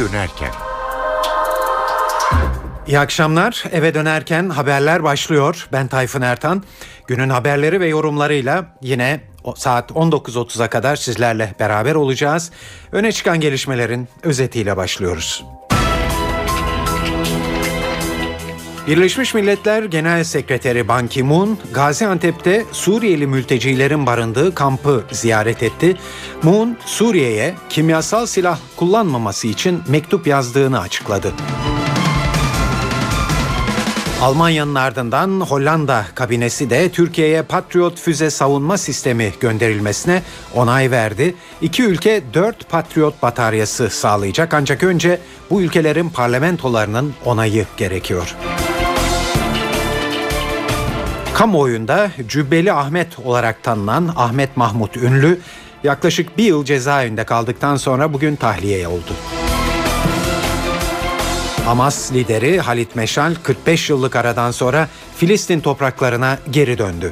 dönerken. İyi akşamlar. Eve dönerken haberler başlıyor. Ben Tayfun Ertan. Günün haberleri ve yorumlarıyla yine saat 19.30'a kadar sizlerle beraber olacağız. Öne çıkan gelişmelerin özetiyle başlıyoruz. Birleşmiş Milletler Genel Sekreteri Ban Ki-moon, Gaziantep'te Suriyeli mültecilerin barındığı kampı ziyaret etti. Moon, Suriye'ye kimyasal silah kullanmaması için mektup yazdığını açıkladı. Almanya'nın ardından Hollanda kabinesi de Türkiye'ye Patriot füze savunma sistemi gönderilmesine onay verdi. İki ülke 4 Patriot bataryası sağlayacak, ancak önce bu ülkelerin parlamentolarının onayı gerekiyor. Kamuoyunda Cübbeli Ahmet olarak tanınan Ahmet Mahmut Ünlü yaklaşık bir yıl cezaevinde kaldıktan sonra bugün tahliye oldu. Hamas lideri Halit Meşal 45 yıllık aradan sonra Filistin topraklarına geri döndü.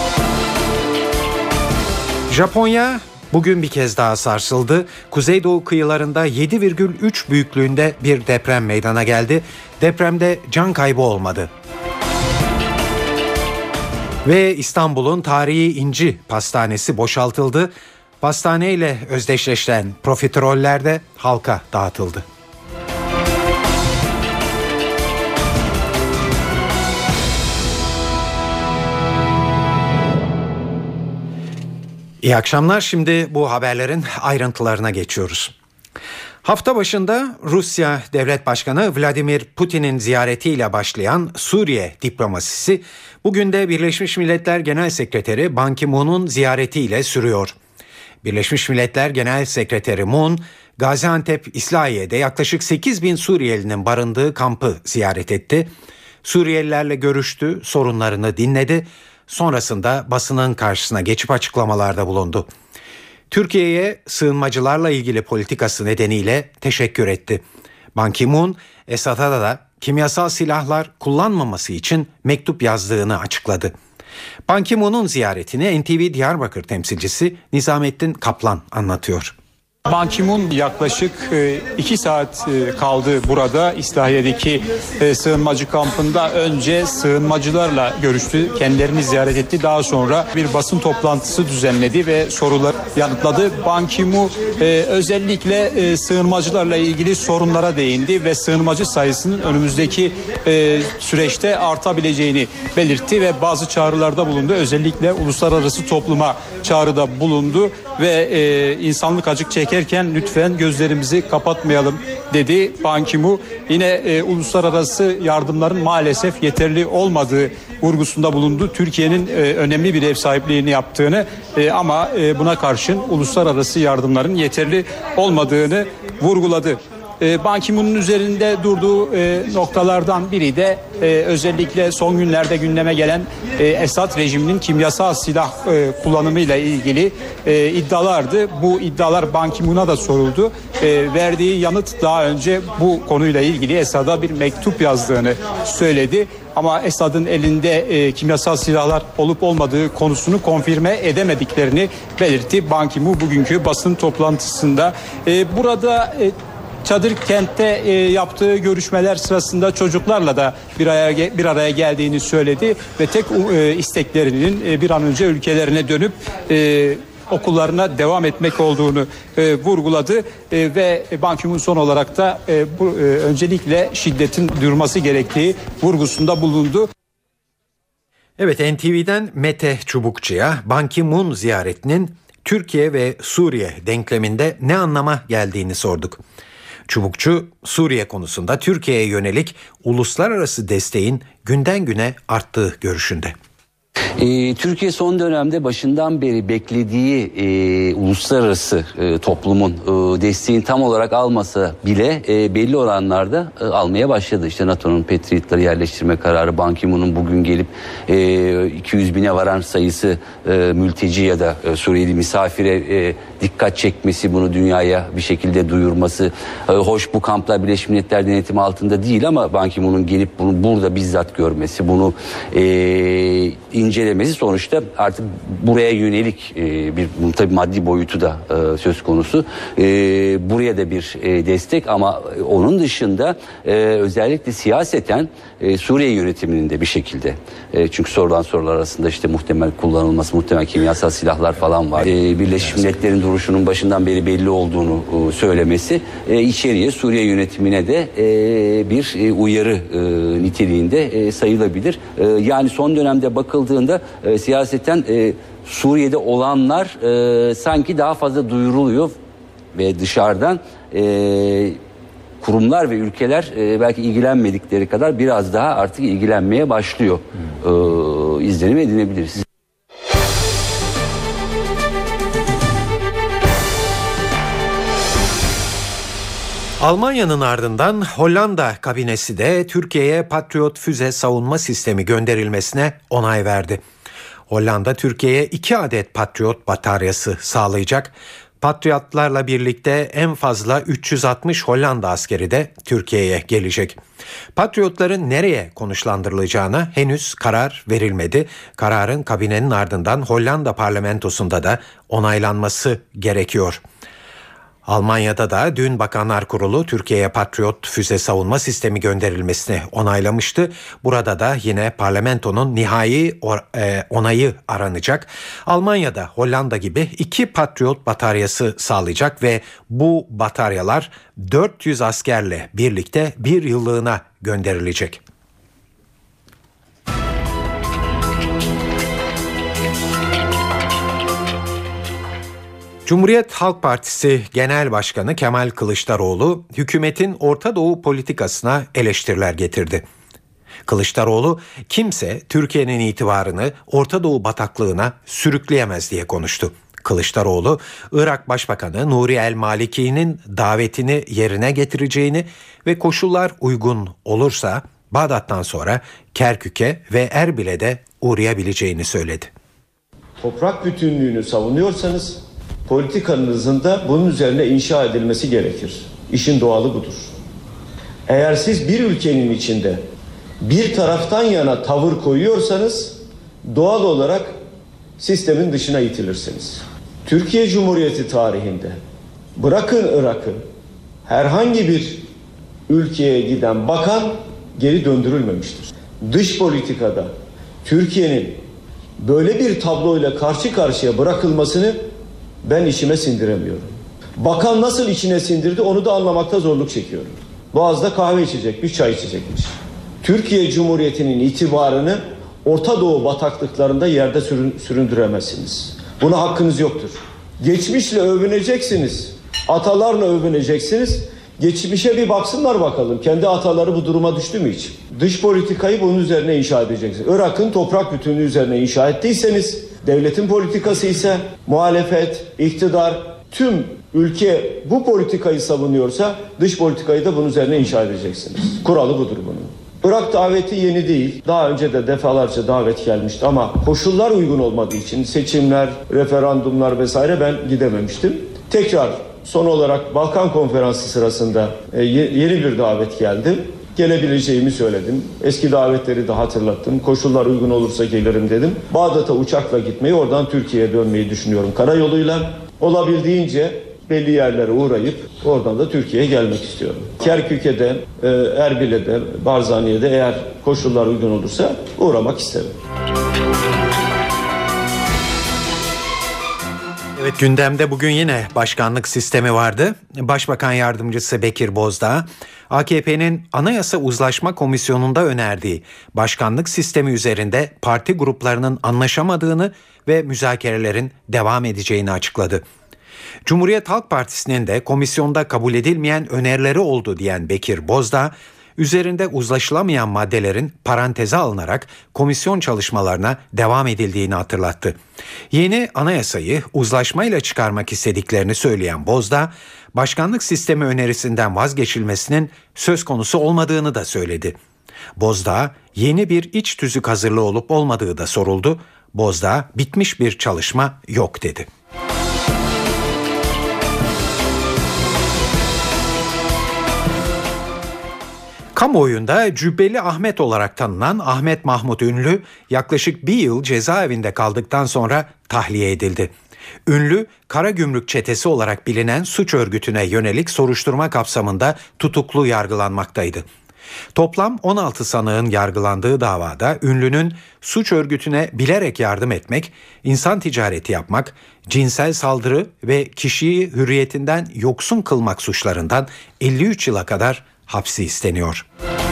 Japonya bugün bir kez daha sarsıldı. Kuzeydoğu kıyılarında 7,3 büyüklüğünde bir deprem meydana geldi. Depremde can kaybı olmadı. Ve İstanbul'un tarihi İnci Pastanesi boşaltıldı. Pastaneyle özdeşleşen profiteroller de halka dağıtıldı. İyi akşamlar. Şimdi bu haberlerin ayrıntılarına geçiyoruz. Hafta başında Rusya Devlet Başkanı Vladimir Putin'in ziyaretiyle başlayan Suriye diplomasisi bugün de Birleşmiş Milletler Genel Sekreteri Ban Ki-moon'un ziyaretiyle sürüyor. Birleşmiş Milletler Genel Sekreteri Moon, Gaziantep İslahiye'de yaklaşık 8.000 Suriyelinin barındığı kampı ziyaret etti. Suriyelilerle görüştü, sorunlarını dinledi. Sonrasında basının karşısına geçip açıklamalarda bulundu. Türkiye'ye sığınmacılarla ilgili politikası nedeniyle teşekkür etti. Ban Ki-moon, Esad'a da kimyasal silahlar kullanmaması için mektup yazdığını açıkladı. Ban Ki-moon'un ziyaretini NTV Diyarbakır temsilcisi Nizamettin Kaplan anlatıyor. Ban Ki-moon yaklaşık 2 saat kaldı burada İslahiye'deki sığınmacı kampında. Önce sığınmacılarla görüştü, kendilerini ziyaret etti. Daha sonra bir basın toplantısı düzenledi ve soruları yanıtladı. Ban Ki-moon özellikle sığınmacılarla ilgili sorunlara değindi ve sığınmacı sayısının önümüzdeki süreçte artabileceğini belirtti ve bazı çağrılarda bulundu. Özellikle uluslararası topluma çağrıda bulundu ve insanlık acık çekerken lütfen gözlerimizi kapatmayalım dedi Ban Ki-moon. Yine uluslararası yardımların maalesef yeterli olmadığı vurgusunda bulundu. Türkiye'nin önemli bir ev sahipliğini yaptığını ama buna karşın uluslararası yardımların yeterli olmadığını vurguladı. Ban Ki-moon'un üzerinde durduğu noktalardan biri de özellikle son günlerde gündeme gelen Esad rejiminin kimyasal silah kullanımıyla ilgili iddialardı. Bu iddialar Ban Ki-moon'a da soruldu. Verdiği yanıt daha önce bu konuyla ilgili Esad'a bir mektup yazdığını söyledi. Ama Esad'ın elinde kimyasal silahlar olup olmadığı konusunu konfirme edemediklerini belirtti Ban Ki-moon bugünkü basın toplantısında. Burada Çadır kentte yaptığı görüşmeler sırasında çocuklarla da bir araya geldiğini söyledi ve tek isteklerinin bir an önce ülkelerine dönüp okullarına devam etmek olduğunu vurguladı ve Ban Ki-moon son olarak da öncelikle şiddetin durması gerektiği vurgusunda bulundu. Evet, NTV'den Mete Çubukçu'ya Ban Ki-moon ziyaretinin Türkiye ve Suriye denkleminde ne anlama geldiğini sorduk. Çubukçu, Suriye konusunda Türkiye'ye yönelik uluslararası desteğin günden güne arttığı görüşünde. Türkiye son dönemde başından beri beklediği uluslararası toplumun desteğini tam olarak almasa bile belli oranlarda almaya başladı. İşte NATO'nun Patriot'ları yerleştirme kararı, Ban Ki-moon'un bugün gelip 200 bine varan sayısı mülteci ya da Suriyeli misafire dikkat çekmesi, bunu dünyaya bir şekilde duyurması. Hoş, bu kamplar Birleşmiş Milletler denetimi altında değil ama Ban Ki-moon'un gelip bunu burada bizzat görmesi, bunu incelemesi sonuçta artık buraya yönelik bir tabii maddi boyutu da söz konusu. Buraya da bir destek ama onun dışında özellikle siyaseten Suriye yönetiminin de bir şekilde çünkü sorulan sorular arasında işte muhtemel kullanılması, muhtemel kimyasal silahlar falan var. Birleşmiş Milletler'in duruşunun başından beri belli olduğunu söylemesi içeriye Suriye yönetimine de bir uyarı niteliğinde sayılabilir. Yani son dönemde bakıldığında siyaseten Suriye'de olanlar sanki daha fazla duyuruluyor ve dışarıdan kurumlar ve ülkeler belki ilgilenmedikleri kadar biraz daha artık ilgilenmeye başlıyor. İzlenim edinebiliriz. Almanya'nın ardından Hollanda kabinesi de Türkiye'ye Patriot füze savunma sistemi gönderilmesine onay verdi. Hollanda Türkiye'ye 2 adet Patriot bataryası sağlayacak. Patriotlarla birlikte en fazla 360 Hollanda askeri de Türkiye'ye gelecek. Patriotların nereye konuşlandırılacağına henüz karar verilmedi. Kararın kabinenin ardından Hollanda parlamentosunda da onaylanması gerekiyor. Almanya'da da dün Bakanlar Kurulu Türkiye'ye Patriot füze savunma sistemi gönderilmesini onaylamıştı. Burada da yine parlamentonun nihai onayı aranacak. Almanya'da Hollanda gibi 2 Patriot bataryası sağlayacak ve bu bataryalar 400 askerle birlikte 1 yıllığına gönderilecek. Cumhuriyet Halk Partisi Genel Başkanı Kemal Kılıçdaroğlu, hükümetin Orta Doğu politikasına eleştiriler getirdi. Kılıçdaroğlu, kimse Türkiye'nin itibarını Orta Doğu bataklığına sürükleyemez diye konuştu. Kılıçdaroğlu, Irak Başbakanı Nuri El Maliki'nin davetini yerine getireceğini ve koşullar uygun olursa Bağdat'tan sonra Kerkük'e ve Erbil'e de uğrayabileceğini söyledi. Toprak bütünlüğünü savunuyorsanız politikanızın da bunun üzerine inşa edilmesi gerekir. İşin doğalı budur. Eğer siz bir ülkenin içinde bir taraftan yana tavır koyuyorsanız doğal olarak sistemin dışına itilirsiniz. Türkiye Cumhuriyeti tarihinde bırakın Irak'ı herhangi bir ülkeye giden bakan geri döndürülmemiştir. Dış politikada Türkiye'nin böyle bir tabloyla karşı karşıya bırakılmasını ben içime sindiremiyorum. Bakan nasıl içine sindirdi onu da anlamakta zorluk çekiyorum. Boğaz'da kahve içecekmiş, çay içecekmiş. Türkiye Cumhuriyeti'nin itibarını Orta Doğu bataklıklarında yerde süründüremezsiniz. Buna hakkınız yoktur. Geçmişle övüneceksiniz, atalarla övüneceksiniz. Geçmişe bir baksınlar bakalım. Kendi ataları bu duruma düştü mü hiç? Dış politikayı bunun üzerine inşa edeceksiniz. Irak'ın toprak bütünlüğü üzerine inşa ettiyseniz, devletin politikası ise muhalefet, iktidar, tüm ülke bu politikayı savunuyorsa dış politikayı da bunun üzerine inşa edeceksiniz. Kuralı budur bunun. Irak daveti yeni değil. Daha önce de defalarca davet gelmişti ama koşullar uygun olmadığı için seçimler, referandumlar vesaire ben gidememiştim. Tekrar son olarak Balkan Konferansı sırasında yeni bir davet geldi. Gelebileceğimi söyledim. Eski davetleri de hatırlattım. Koşullar uygun olursa gelirim dedim. Bağdat'a uçakla gitmeyi, oradan Türkiye'ye dönmeyi düşünüyorum karayoluyla. Olabildiğince belli yerlere uğrayıp oradan da Türkiye'ye gelmek istiyorum. Kerkük'e de, Erbil'e de, Barzani'ye de eğer koşullar uygun olursa uğramak isterim. Evet, gündemde bugün yine başkanlık sistemi vardı. Başbakan Yardımcısı Bekir Bozdağ, AKP'nin Anayasa Uzlaşma Komisyonu'nda önerdiği başkanlık sistemi üzerinde parti gruplarının anlaşamadığını ve müzakerelerin devam edeceğini açıkladı. Cumhuriyet Halk Partisi'nin de komisyonda kabul edilmeyen önerileri oldu diyen Bekir Bozdağ, üzerinde uzlaşılamayan maddelerin paranteze alınarak komisyon çalışmalarına devam edildiğini hatırlattı. Yeni anayasayı uzlaşmayla çıkarmak istediklerini söyleyen Bozdağ, başkanlık sistemi önerisinden vazgeçilmesinin söz konusu olmadığını da söyledi. Bozdağ, yeni bir iç tüzük hazırlığı olup olmadığı da soruldu. Bozdağ, bitmiş bir çalışma yok dedi. Kamuoyunda Cübbeli Ahmet olarak tanınan Ahmet Mahmut Ünlü yaklaşık bir yıl cezaevinde kaldıktan sonra tahliye edildi. Ünlü, Karagümrük Çetesi olarak bilinen suç örgütüne yönelik soruşturma kapsamında tutuklu yargılanmaktaydı. Toplam 16 sanığın yargılandığı davada Ünlü'nün suç örgütüne bilerek yardım etmek, insan ticareti yapmak, cinsel saldırı ve kişiyi hürriyetinden yoksun kılmak suçlarından 53 yıla kadar hapsi isteniyor.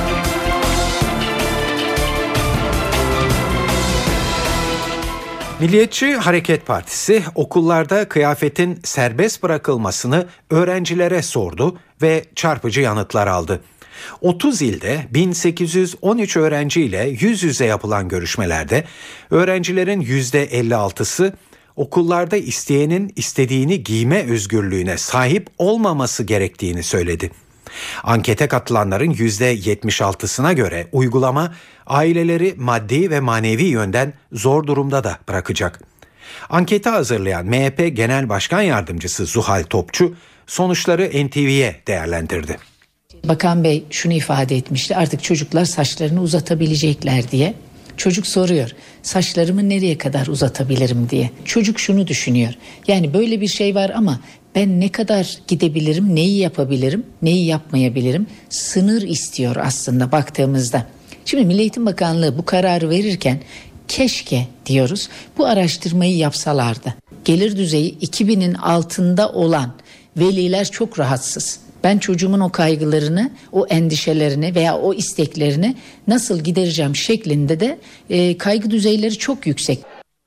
Milliyetçi Hareket Partisi okullarda kıyafetin serbest bırakılmasını öğrencilere sordu ve çarpıcı yanıtlar aldı. 30 ilde 1813 öğrenciyle yüz yüze yapılan görüşmelerde öğrencilerin %56'sı okullarda isteyenin istediğini giyme özgürlüğüne sahip olmaması gerektiğini söyledi. Ankete katılanların %76'sına göre uygulama aileleri maddi ve manevi yönden zor durumda da bırakacak. Anketi hazırlayan MHP Genel Başkan Yardımcısı Zuhal Topçu sonuçları NTV'ye değerlendirdi. Bakan Bey şunu ifade etmişti, artık çocuklar saçlarını uzatabilecekler diye. Çocuk soruyor, saçlarımı nereye kadar uzatabilirim diye. Çocuk şunu düşünüyor, yani böyle bir şey var ama ben ne kadar gidebilirim, neyi yapabilirim, neyi yapmayabilirim? Sınır istiyor aslında baktığımızda. Şimdi Milli Eğitim Bakanlığı bu kararı verirken keşke diyoruz bu araştırmayı yapsalardı. Gelir düzeyi 2000'in altında olan veliler çok rahatsız. Ben çocuğumun o kaygılarını, o endişelerini veya o isteklerini nasıl gidereceğim şeklinde de kaygı düzeyleri çok yüksek.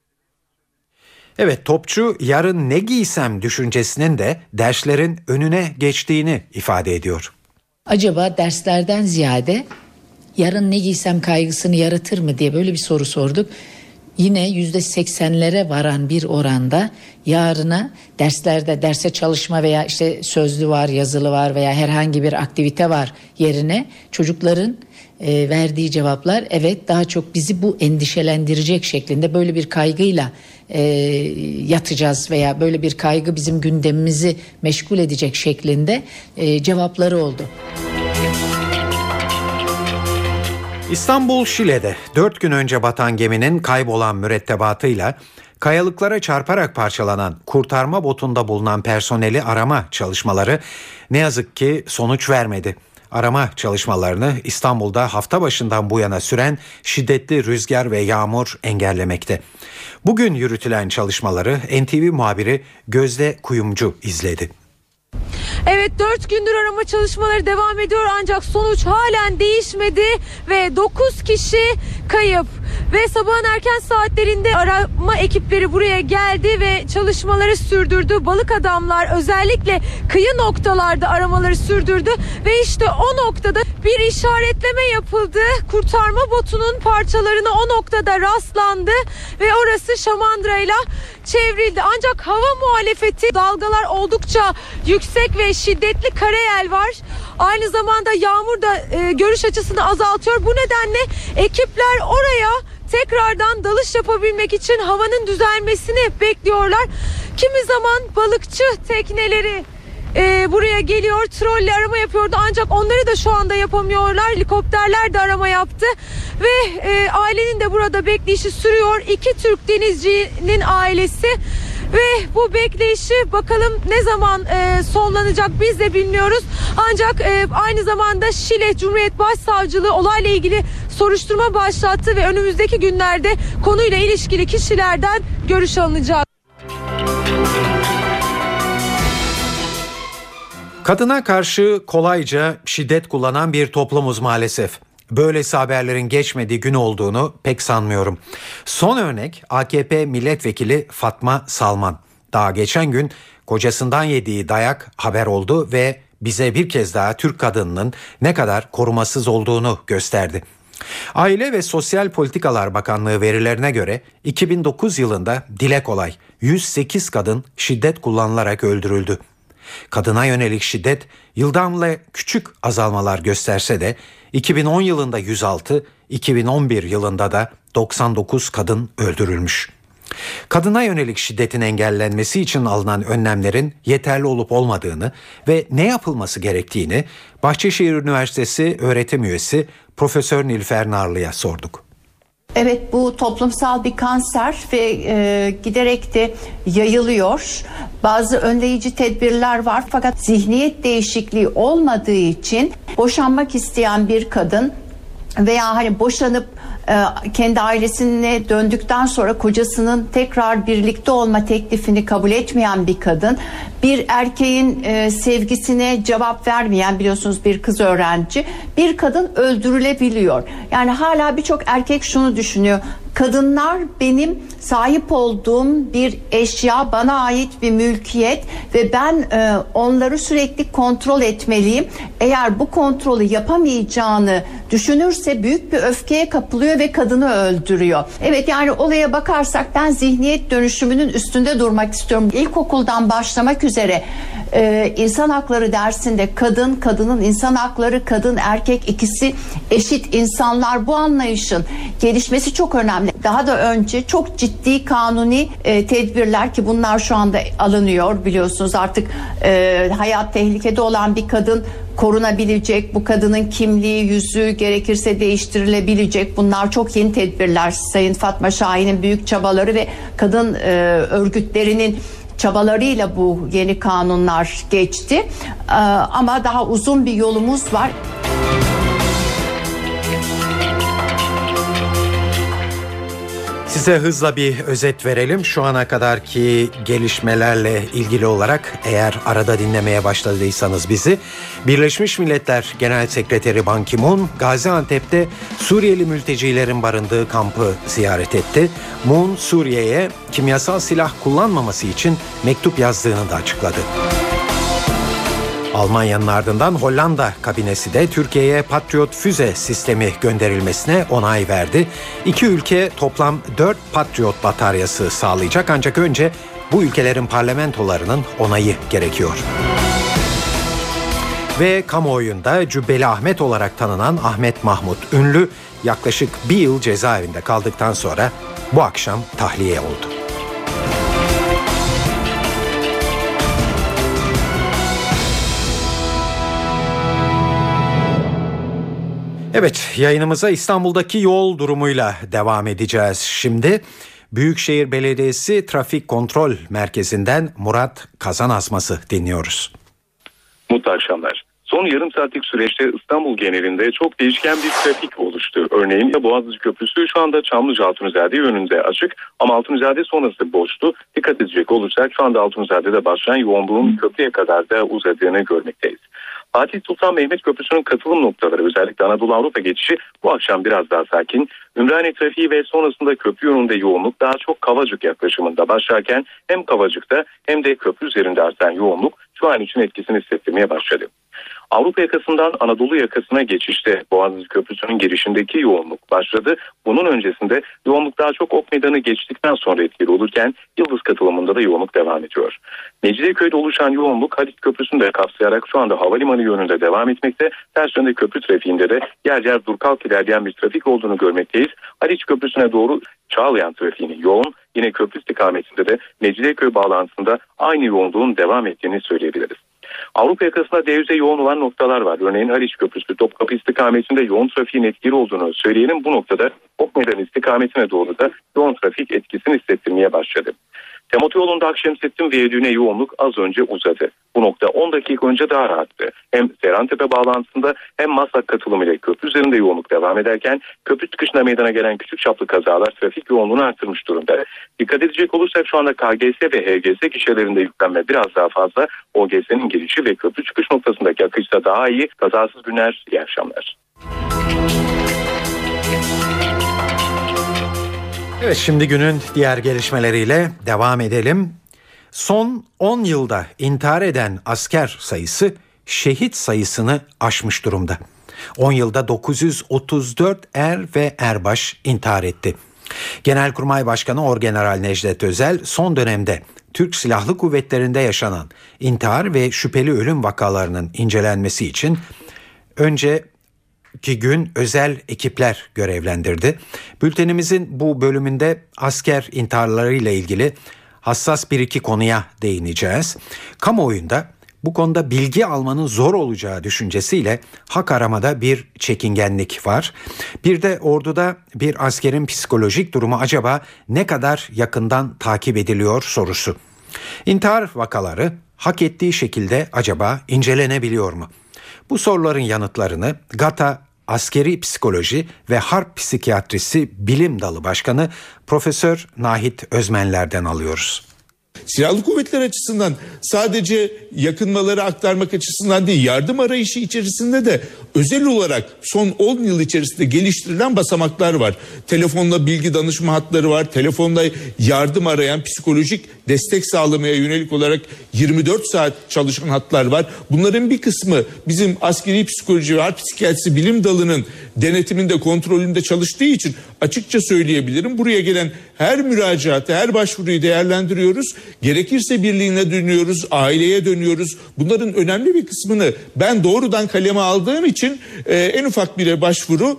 Evet, Topçu yarın ne giysem düşüncesinin de derslerin önüne geçtiğini ifade ediyor. Acaba derslerden ziyade yarın ne giysem kaygısını yaratır mı diye böyle bir soru sorduk. Yine %80'lere varan bir oranda yarına derse çalışma veya işte sözlü var, yazılı var veya herhangi bir aktivite var yerine çocukların verdiği cevaplar evet daha çok bizi bu endişelendirecek şeklinde, böyle bir kaygıyla yatacağız veya böyle bir kaygı bizim gündemimizi meşgul edecek şeklinde cevapları oldu. İstanbul Şile'de 4 gün önce batan geminin kaybolan mürettebatıyla kayalıklara çarparak parçalanan kurtarma botunda bulunan personeli arama çalışmaları ne yazık ki sonuç vermedi. Arama çalışmalarını İstanbul'da hafta başından bu yana süren şiddetli rüzgar ve yağmur engellemekte. Bugün yürütülen çalışmaları NTV muhabiri Gözde Kuyumcu izledi. Evet, 4 gündür arama çalışmaları devam ediyor ancak sonuç halen değişmedi ve 9 kişi kayıp. Ve sabahın erken saatlerinde arama ekipleri buraya geldi ve çalışmaları sürdürdü. Balık adamlar özellikle kıyı noktalarda aramaları sürdürdü ve işte o noktada bir işaretleme yapıldı. Kurtarma botunun parçalarına o noktada rastlandı ve orası şamandırayla çevrildi. Ancak hava muhalefeti, dalgalar oldukça yüksek ve şiddetli karayel var. Aynı zamanda yağmur da görüş açısını azaltıyor. Bu nedenle ekipler oraya tekrardan dalış yapabilmek için havanın düzelmesini bekliyorlar. Kimi zaman balıkçı tekneleri buraya geliyor, trolle arama yapıyordu ancak onları da şu anda yapamıyorlar. Helikopterler de arama yaptı ve ailenin de burada bekleyişi sürüyor. 2 Türk denizcinin ailesi ve bu bekleyişi bakalım ne zaman sonlanacak biz de bilmiyoruz. Ancak aynı zamanda Şile Cumhuriyet Başsavcılığı olayla ilgili soruşturma başlattı ve önümüzdeki günlerde konuyla ilişkili kişilerden görüş alınacak. Kadına karşı kolayca şiddet kullanan bir toplumuz maalesef. Böylesi haberlerin geçmediği gün olduğunu pek sanmıyorum. Son örnek AKP milletvekili Fatma Salman. Daha geçen gün kocasından yediği dayak haber oldu ve bize bir kez daha Türk kadınının ne kadar korumasız olduğunu gösterdi. Aile ve Sosyal Politikalar Bakanlığı verilerine göre 2009 yılında dile kolay 108 kadın şiddet kullanılarak öldürüldü. Kadına yönelik şiddet yıldanla küçük azalmalar gösterse de 2010 yılında 106, 2011 yılında da 99 kadın öldürülmüş. Kadına yönelik şiddetin engellenmesi için alınan önlemlerin yeterli olup olmadığını ve ne yapılması gerektiğini Bahçeşehir Üniversitesi öğretim üyesi Profesör Nilüfer Narlı'ya sorduk. Evet, bu toplumsal bir kanser ve giderek de yayılıyor. Bazı önleyici tedbirler var fakat zihniyet değişikliği olmadığı için boşanmak isteyen bir kadın veya hani boşanıp kendi ailesine döndükten sonra kocasının tekrar birlikte olma teklifini kabul etmeyen bir kadın, bir erkeğin sevgisine cevap vermeyen, biliyorsunuz bir kız öğrenci, bir kadın öldürülebiliyor. Yani hala birçok erkek şunu düşünüyor: kadınlar benim sahip olduğum bir eşya, bana ait bir mülkiyet ve ben onları sürekli kontrol etmeliyim. Eğer bu kontrolü yapamayacağını düşünürse büyük bir öfkeye kapılıyor ve kadını öldürüyor. Evet, yani olaya bakarsak ben zihniyet dönüşümünün üstünde durmak istiyorum. İlkokuldan başlamak üzere insan hakları dersinde kadının insan hakları, kadın erkek ikisi eşit insanlar, bu anlayışın gelişmesi çok önemli. Daha da önce çok ciddi kanuni tedbirler, ki bunlar şu anda alınıyor, biliyorsunuz artık hayat tehlikede olan bir kadın korunabilecek, bu kadının kimliği, yüzü gerekirse değiştirilebilecek. Bunlar çok yeni tedbirler. Sayın Fatma Şahin'in büyük çabaları ve kadın örgütlerinin çabalarıyla bu yeni kanunlar geçti. Ama daha uzun bir yolumuz var. Size hızla bir özet verelim. Şu ana kadarki gelişmelerle ilgili olarak, eğer arada dinlemeye başladıysanız bizi, Birleşmiş Milletler Genel Sekreteri Ban Ki-moon Gaziantep'te Suriyeli mültecilerin barındığı kampı ziyaret etti. Moon, Suriye'ye kimyasal silah kullanmaması için mektup yazdığını da açıkladı. Almanya'nın ardından Hollanda kabinesi de Türkiye'ye Patriot füze sistemi gönderilmesine onay verdi. İki ülke toplam 4 Patriot bataryası sağlayacak, ancak önce bu ülkelerin parlamentolarının onayı gerekiyor. Ve kamuoyunda Cübbeli Ahmet olarak tanınan Ahmet Mahmut Ünlü yaklaşık bir yıl cezaevinde kaldıktan sonra bu akşam tahliye oldu. Evet, yayınımıza İstanbul'daki yol durumuyla devam edeceğiz şimdi. Büyükşehir Belediyesi Trafik Kontrol Merkezi'nden Murat Kazanasması dinliyoruz. Mutlu akşamlar. Son yarım saatlik süreçte İstanbul genelinde çok değişken bir trafik oluştu. Örneğin Boğaziçi Köprüsü şu anda Çamlıca Altunizade yönünde açık ama Altunizade sonrası boştu. Dikkat edecek olursak şu anda Altunizade'de başlayan yoğunluğun köprüye kadar da uzadığını görmekteyiz. Fatih Sultan Mehmet Köprüsü'nün katılım noktaları, özellikle Anadolu Avrupa geçişi bu akşam biraz daha sakin. Ümraniye trafiği ve sonrasında köprü yönünde yoğunluk daha çok Kavacık yaklaşımında başlarken hem Kavacık'ta hem de köprü üzerinde artan yoğunluk şu an için etkisini hissettirmeye başladı. Avrupa yakasından Anadolu yakasına geçişte Boğaziçi Köprüsü'nün girişindeki yoğunluk başladı. Bunun öncesinde yoğunluk daha çok Ok Meydanı geçtikten sonra etkili olurken Yıldız katılımında da yoğunluk devam ediyor. Mecidiyeköy'de oluşan yoğunluk Haliç Köprüsü'nü de kapsayarak şu anda havalimanı yönünde devam etmekte. Ters yönde köprü trafiğinde de yer yer dur kalk ilerleyen bir trafik olduğunu görmekteyiz. Haliç Köprüsü'ne doğru Çağlayan trafiğinin yoğun, yine köprü istikametinde de Mecidiyeköy bağlantısında aynı yoğunluğun devam ettiğini söyleyebiliriz. Avrupa yakasında D100'e yoğun olan noktalar var. Örneğin Haliç Köprüsü Topkapı istikametinde yoğun trafiğin etkili olduğunu söyleyelim. Bu noktada Ok Meydanı istikametine doğru da yoğun trafik etkisini hissettirmeye başladı. Temoto yolunda Akşemsettin Viyadüğü'ne yoğunluk az önce uzadı. Bu nokta 10 dakika önce daha rahattı. Hem Seyrantepe bağlantısında hem Maslak katılımı ile köprü üzerinde yoğunluk devam ederken köprü çıkışında meydana gelen küçük çaplı kazalar trafik yoğunluğunu artırmış durumda. Dikkat edecek olursak şu anda KGS ve HGS gişelerinde yüklenme biraz daha fazla. OGS'nin girişi ve köprü çıkış noktasındaki akış da daha iyi. Kazasız günler, iyi akşamlar. Evet, şimdi günün diğer gelişmeleriyle devam edelim. Son 10 yılda intihar eden asker sayısı şehit sayısını aşmış durumda. 10 yılda 934 er ve erbaş intihar etti. Genelkurmay Başkanı Orgeneral Necdet Özel son dönemde Türk Silahlı Kuvvetleri'nde yaşanan intihar ve şüpheli ölüm vakalarının incelenmesi için önce ki gün özel ekipler görevlendirdi. Bültenimizin bu bölümünde asker intiharlarıyla ilgili hassas bir iki konuya değineceğiz. Kamuoyunda bu konuda bilgi almanın zor olacağı düşüncesiyle hak aramada bir çekingenlik var. Bir de orduda bir askerin psikolojik durumu acaba ne kadar yakından takip ediliyor sorusu. İntihar vakaları hak ettiği şekilde acaba incelenebiliyor mu? Bu soruların yanıtlarını GATA Askeri Psikoloji ve Harp Psikiyatrisi Bilim Dalı Başkanı Profesör Nahit Özmenler'den alıyoruz. Silahlı kuvvetler açısından sadece yakınmaları aktarmak açısından değil, yardım arayışı içerisinde de özel olarak son 10 yıl içerisinde geliştirilen basamaklar var. Telefonla bilgi danışma hatları var. Telefonla yardım arayan, psikolojik destek sağlamaya yönelik olarak 24 saat çalışan hatlar var. Bunların bir kısmı bizim askeri psikoloji ve harp psikiyatrisi bilim dalının denetiminde, kontrolünde çalıştığı için açıkça söyleyebilirim. Buraya gelen her müracaatı, her başvuruyu değerlendiriyoruz. Gerekirse birliğine dönüyoruz, aileye dönüyoruz. Bunların önemli bir kısmını ben doğrudan kaleme aldığım için en ufak bir başvuru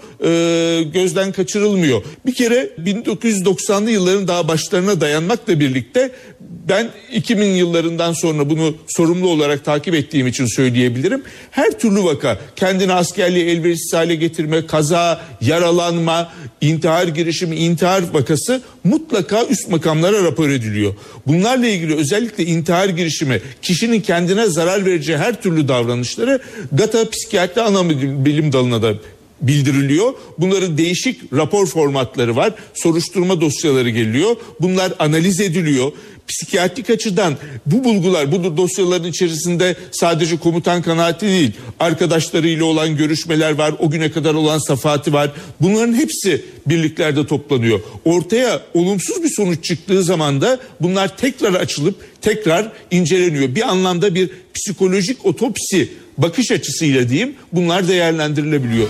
gözden kaçırılmıyor. Bir kere 1990'lı yılların daha başlarına dayanmakla birlikte ben 2000 yıllarından sonra bunu sorumlu olarak takip ettiğim için söyleyebilirim. Her türlü vaka, kendini askerliğe elverişsiz hale getirme, kaza, yaralanma, intihar girişimi, intihar vakası mutlaka üst makamlara rapor ediliyor. Bunlarla ilgili özellikle intihar girişimi, kişinin kendine zarar vereceği her türlü davranışları GATA Psikiyatri Ana Bilim Dalı'na da bildiriliyor. Bunların değişik rapor formatları var. Soruşturma dosyaları geliyor. Bunlar analiz ediliyor. Psikiyatrik açıdan bu bulgular, bu dosyaların içerisinde sadece komutan kanaati değil, arkadaşlarıyla olan görüşmeler var, o güne kadar olan safahati var. Bunların hepsi birliklerde toplanıyor. Ortaya olumsuz bir sonuç çıktığı zaman da bunlar tekrar açılıp tekrar inceleniyor. Bir anlamda bir psikolojik otopsi bakış açısıyla diyeyim, bunlar değerlendirilebiliyor.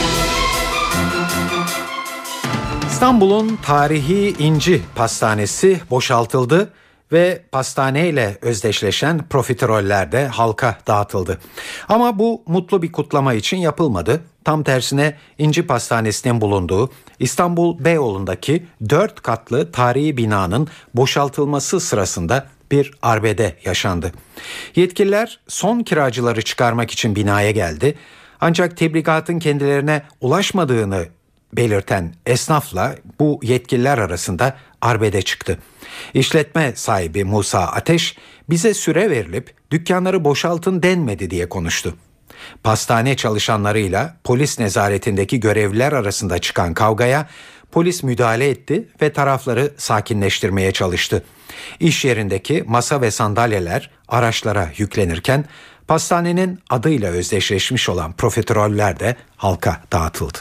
İstanbul'un tarihi İnci Pastanesi boşaltıldı ve pastaneyle özdeşleşen profiteroller de halka dağıtıldı. Ama bu mutlu bir kutlama için yapılmadı. Tam tersine İnci Pastanesi'nin bulunduğu İstanbul Beyoğlu'ndaki 4 katlı tarihi binanın boşaltılması sırasında bir arbede yaşandı. Yetkililer son kiracıları çıkarmak için binaya geldi. Ancak tebligatın kendilerine ulaşmadığını belirten esnafla bu yetkililer arasında arbede çıktı. İşletme sahibi Musa Ateş, bize süre verilip dükkanları boşaltın denmedi diye konuştu. Pastane çalışanlarıyla polis nezaretindeki görevliler arasında çıkan kavgaya polis müdahale etti ve tarafları sakinleştirmeye çalıştı. İş yerindeki masa ve sandalyeler araçlara yüklenirken pastanenin adıyla özdeşleşmiş olan profiteroller de halka dağıtıldı.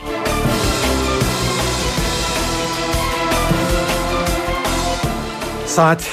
Saat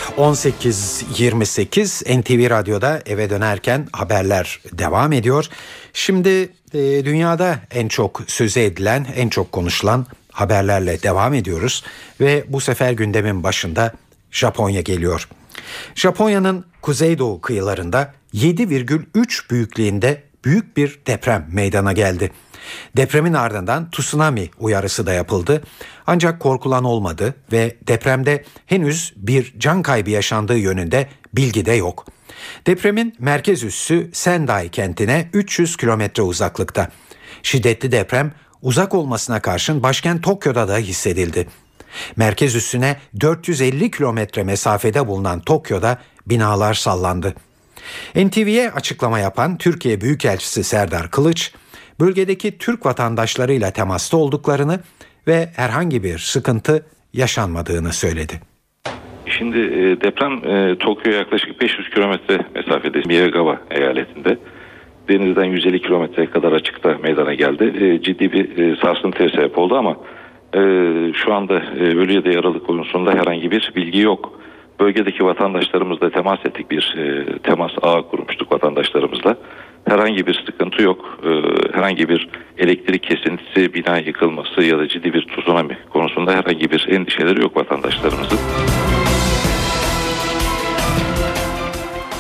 18.28 NTV Radyo'da eve dönerken haberler devam ediyor. Şimdi dünyada en çok sözü edilen, en çok konuşulan haberlerle devam ediyoruz. Ve bu sefer gündemin başında Japonya geliyor. Japonya'nın kuzeydoğu kıyılarında 7,3 büyüklüğünde büyük bir deprem meydana geldi. Depremin ardından tsunami uyarısı da yapıldı. Ancak korkulan olmadı ve depremde henüz bir can kaybı yaşandığı yönünde bilgi de yok. Depremin merkez üssü Sendai kentine 300 kilometre uzaklıkta. Şiddetli deprem uzak olmasına karşın başkent Tokyo'da da hissedildi. Merkez üssüne 450 kilometre mesafede bulunan Tokyo'da binalar sallandı. NTV'ye açıklama yapan Türkiye Büyükelçisi Serdar Kılıç, bölgedeki Türk vatandaşlarıyla temasta olduklarını ve herhangi bir sıkıntı yaşanmadığını söyledi. Şimdi deprem Tokyo'ya yaklaşık 500 kilometre mesafede Miyagawa eyaletinde. Denizden 150 kilometreye kadar açıkta meydana geldi. Ciddi bir sarsıntıya sebep oldu ama şu anda ölü ya da yaralı konusunda herhangi bir bilgi yok. Bölgedeki vatandaşlarımızla temas ettik, bir temas ağı kurmuştuk vatandaşlarımızla. Herhangi bir sıkıntı yok. Herhangi bir elektrik kesintisi, bina yıkılması ya da ciddi bir tsunami konusunda herhangi bir endişeleri yok vatandaşlarımızın.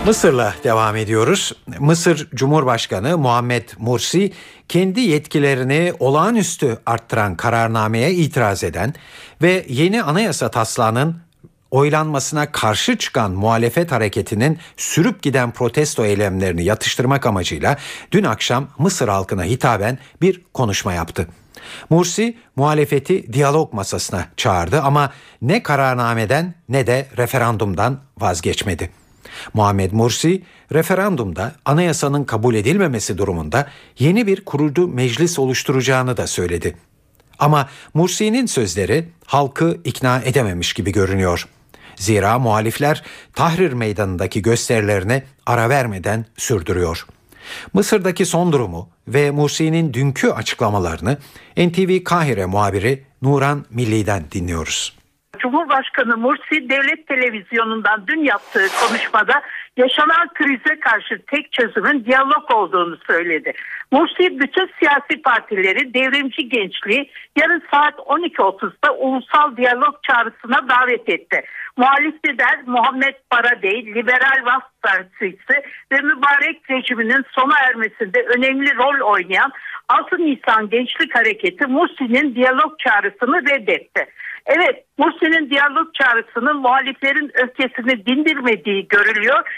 Mısır'la devam ediyoruz. Mısır Cumhurbaşkanı Muhammed Mursi kendi yetkilerini olağanüstü arttıran kararnameye itiraz eden ve yeni anayasa taslağının oylanmasına karşı çıkan muhalefet hareketinin sürüp giden protesto eylemlerini yatıştırmak amacıyla dün akşam Mısır halkına hitaben bir konuşma yaptı. Mursi muhalefeti diyalog masasına çağırdı ama ne kararnameden ne de referandumdan vazgeçmedi. Muhammed Mursi, referandumda anayasanın kabul edilmemesi durumunda yeni bir kurucu meclis oluşturacağını da söyledi. Ama Mursi'nin sözleri halkı ikna edememiş gibi görünüyor. Zira muhalifler Tahrir Meydanı'ndaki gösterilerine ara vermeden sürdürüyor. Mısır'daki son durumu ve Mursi'nin dünkü açıklamalarını NTV Kahire muhabiri Nuran Milli'den dinliyoruz. Cumhurbaşkanı Mursi devlet televizyonundan dün yaptığı konuşmada yaşanan krize karşı tek çözümün diyalog olduğunu söyledi. Mursi bütün siyasi partileri, devrimci gençliği yarın saat 12.30'da ulusal diyalog çağrısına davet etti. Muhalif lider Muhammed Baradei, Liberal Vasf Partisi ve mübarek rejiminin sona ermesinde önemli rol oynayan 6 Nisan Gençlik Hareketi Mursi'nin diyalog çağrısını reddetti. Evet, Mursi'nin diyalog çağrısının muhaliflerin öfkesini dindirmediği görülüyor.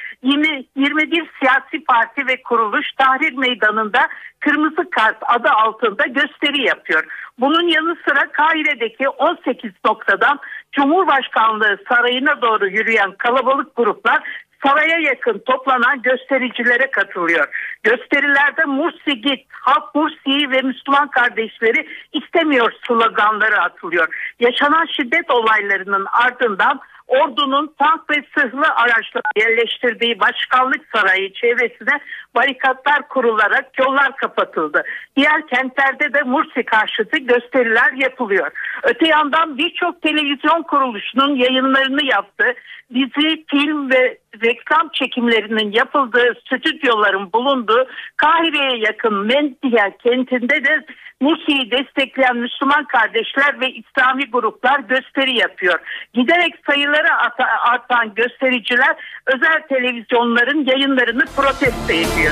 21 siyasi parti ve kuruluş Tahrir Meydanı'nda Kırmızı Kart adı altında gösteri yapıyor. Bunun yanı sıra Kahire'deki 18 noktadan Cumhurbaşkanlığı sarayına doğru yürüyen kalabalık gruplar saraya yakın toplanan göstericilere katılıyor. Gösterilerde Mursi git, halk Mursi'yi ve Müslüman kardeşleri istemiyor sloganları atılıyor. Yaşanan şiddet olaylarının ardından ordunun tank ve zırhlı araçları yerleştirdiği başkanlık sarayı çevresine barikatlar kurularak yollar kapatıldı. Diğer kentlerde de Mursi karşıtı gösteriler yapılıyor. Öte yandan birçok televizyon kuruluşunun yayınlarını yaptığı, dizi, film ve reklam çekimlerinin yapıldığı stüdyoların bulunduğu Kahire'ye yakın Mendiye kentinde de Mursi'yi destekleyen Müslüman kardeşler ve İslami gruplar gösteri yapıyor. Giderek sayıları artan göstericiler özel televizyonların yayınlarını protesto ediyor.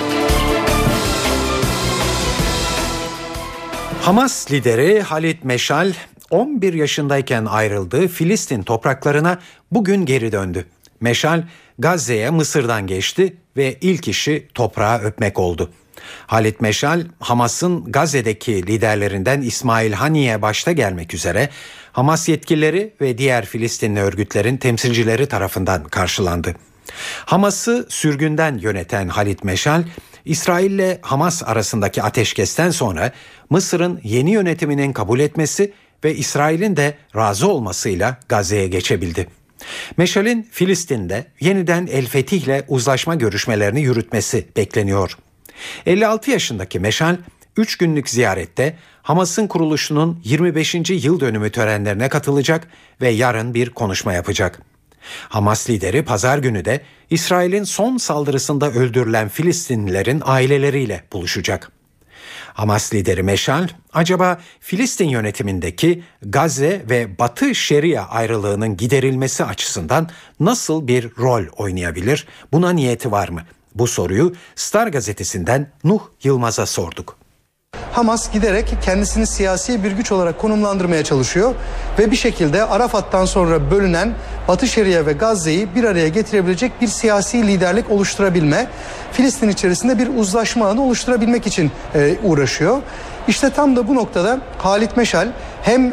Hamas lideri Halit Meşal 11 yaşındayken ayrıldığı Filistin topraklarına bugün geri döndü. Meşal Gazze'ye Mısır'dan geçti ve ilk işi toprağı öpmek oldu. Halit Meşal, Hamas'ın Gazze'deki liderlerinden İsmail Haniye başta gelmek üzere Hamas yetkilileri ve diğer Filistinli örgütlerin temsilcileri tarafından karşılandı. Hamas'ı sürgünden yöneten Halit Meşal, İsrail'le Hamas arasındaki ateşkesten sonra Mısır'ın yeni yönetiminin kabul etmesi ve İsrail'in de razı olmasıyla Gazze'ye geçebildi. Meşal'in Filistin'de yeniden El Fetih'le uzlaşma görüşmelerini yürütmesi bekleniyor. 56 yaşındaki Meşal 3 günlük ziyarette Hamas'ın kuruluşunun 25. yıl dönümü törenlerine katılacak ve yarın bir konuşma yapacak. Hamas lideri pazar günü de İsrail'in son saldırısında öldürülen Filistinlilerin aileleriyle buluşacak. Hamas lideri Meşal, acaba Filistin yönetimindeki Gazze ve Batı Şeria ayrılığının giderilmesi açısından nasıl bir rol oynayabilir? Buna niyeti var mı? Bu soruyu Star gazetesinden Nuh Yılmaz'a sorduk. Hamas giderek kendisini siyasi bir güç olarak konumlandırmaya çalışıyor ve bir şekilde Arafat'tan sonra bölünen Batı Şeria ve Gazze'yi bir araya getirebilecek bir siyasi liderlik oluşturabilme, Filistin içerisinde bir uzlaşma alanı oluşturabilmek için uğraşıyor. İşte tam da bu noktada Halit Meşal hem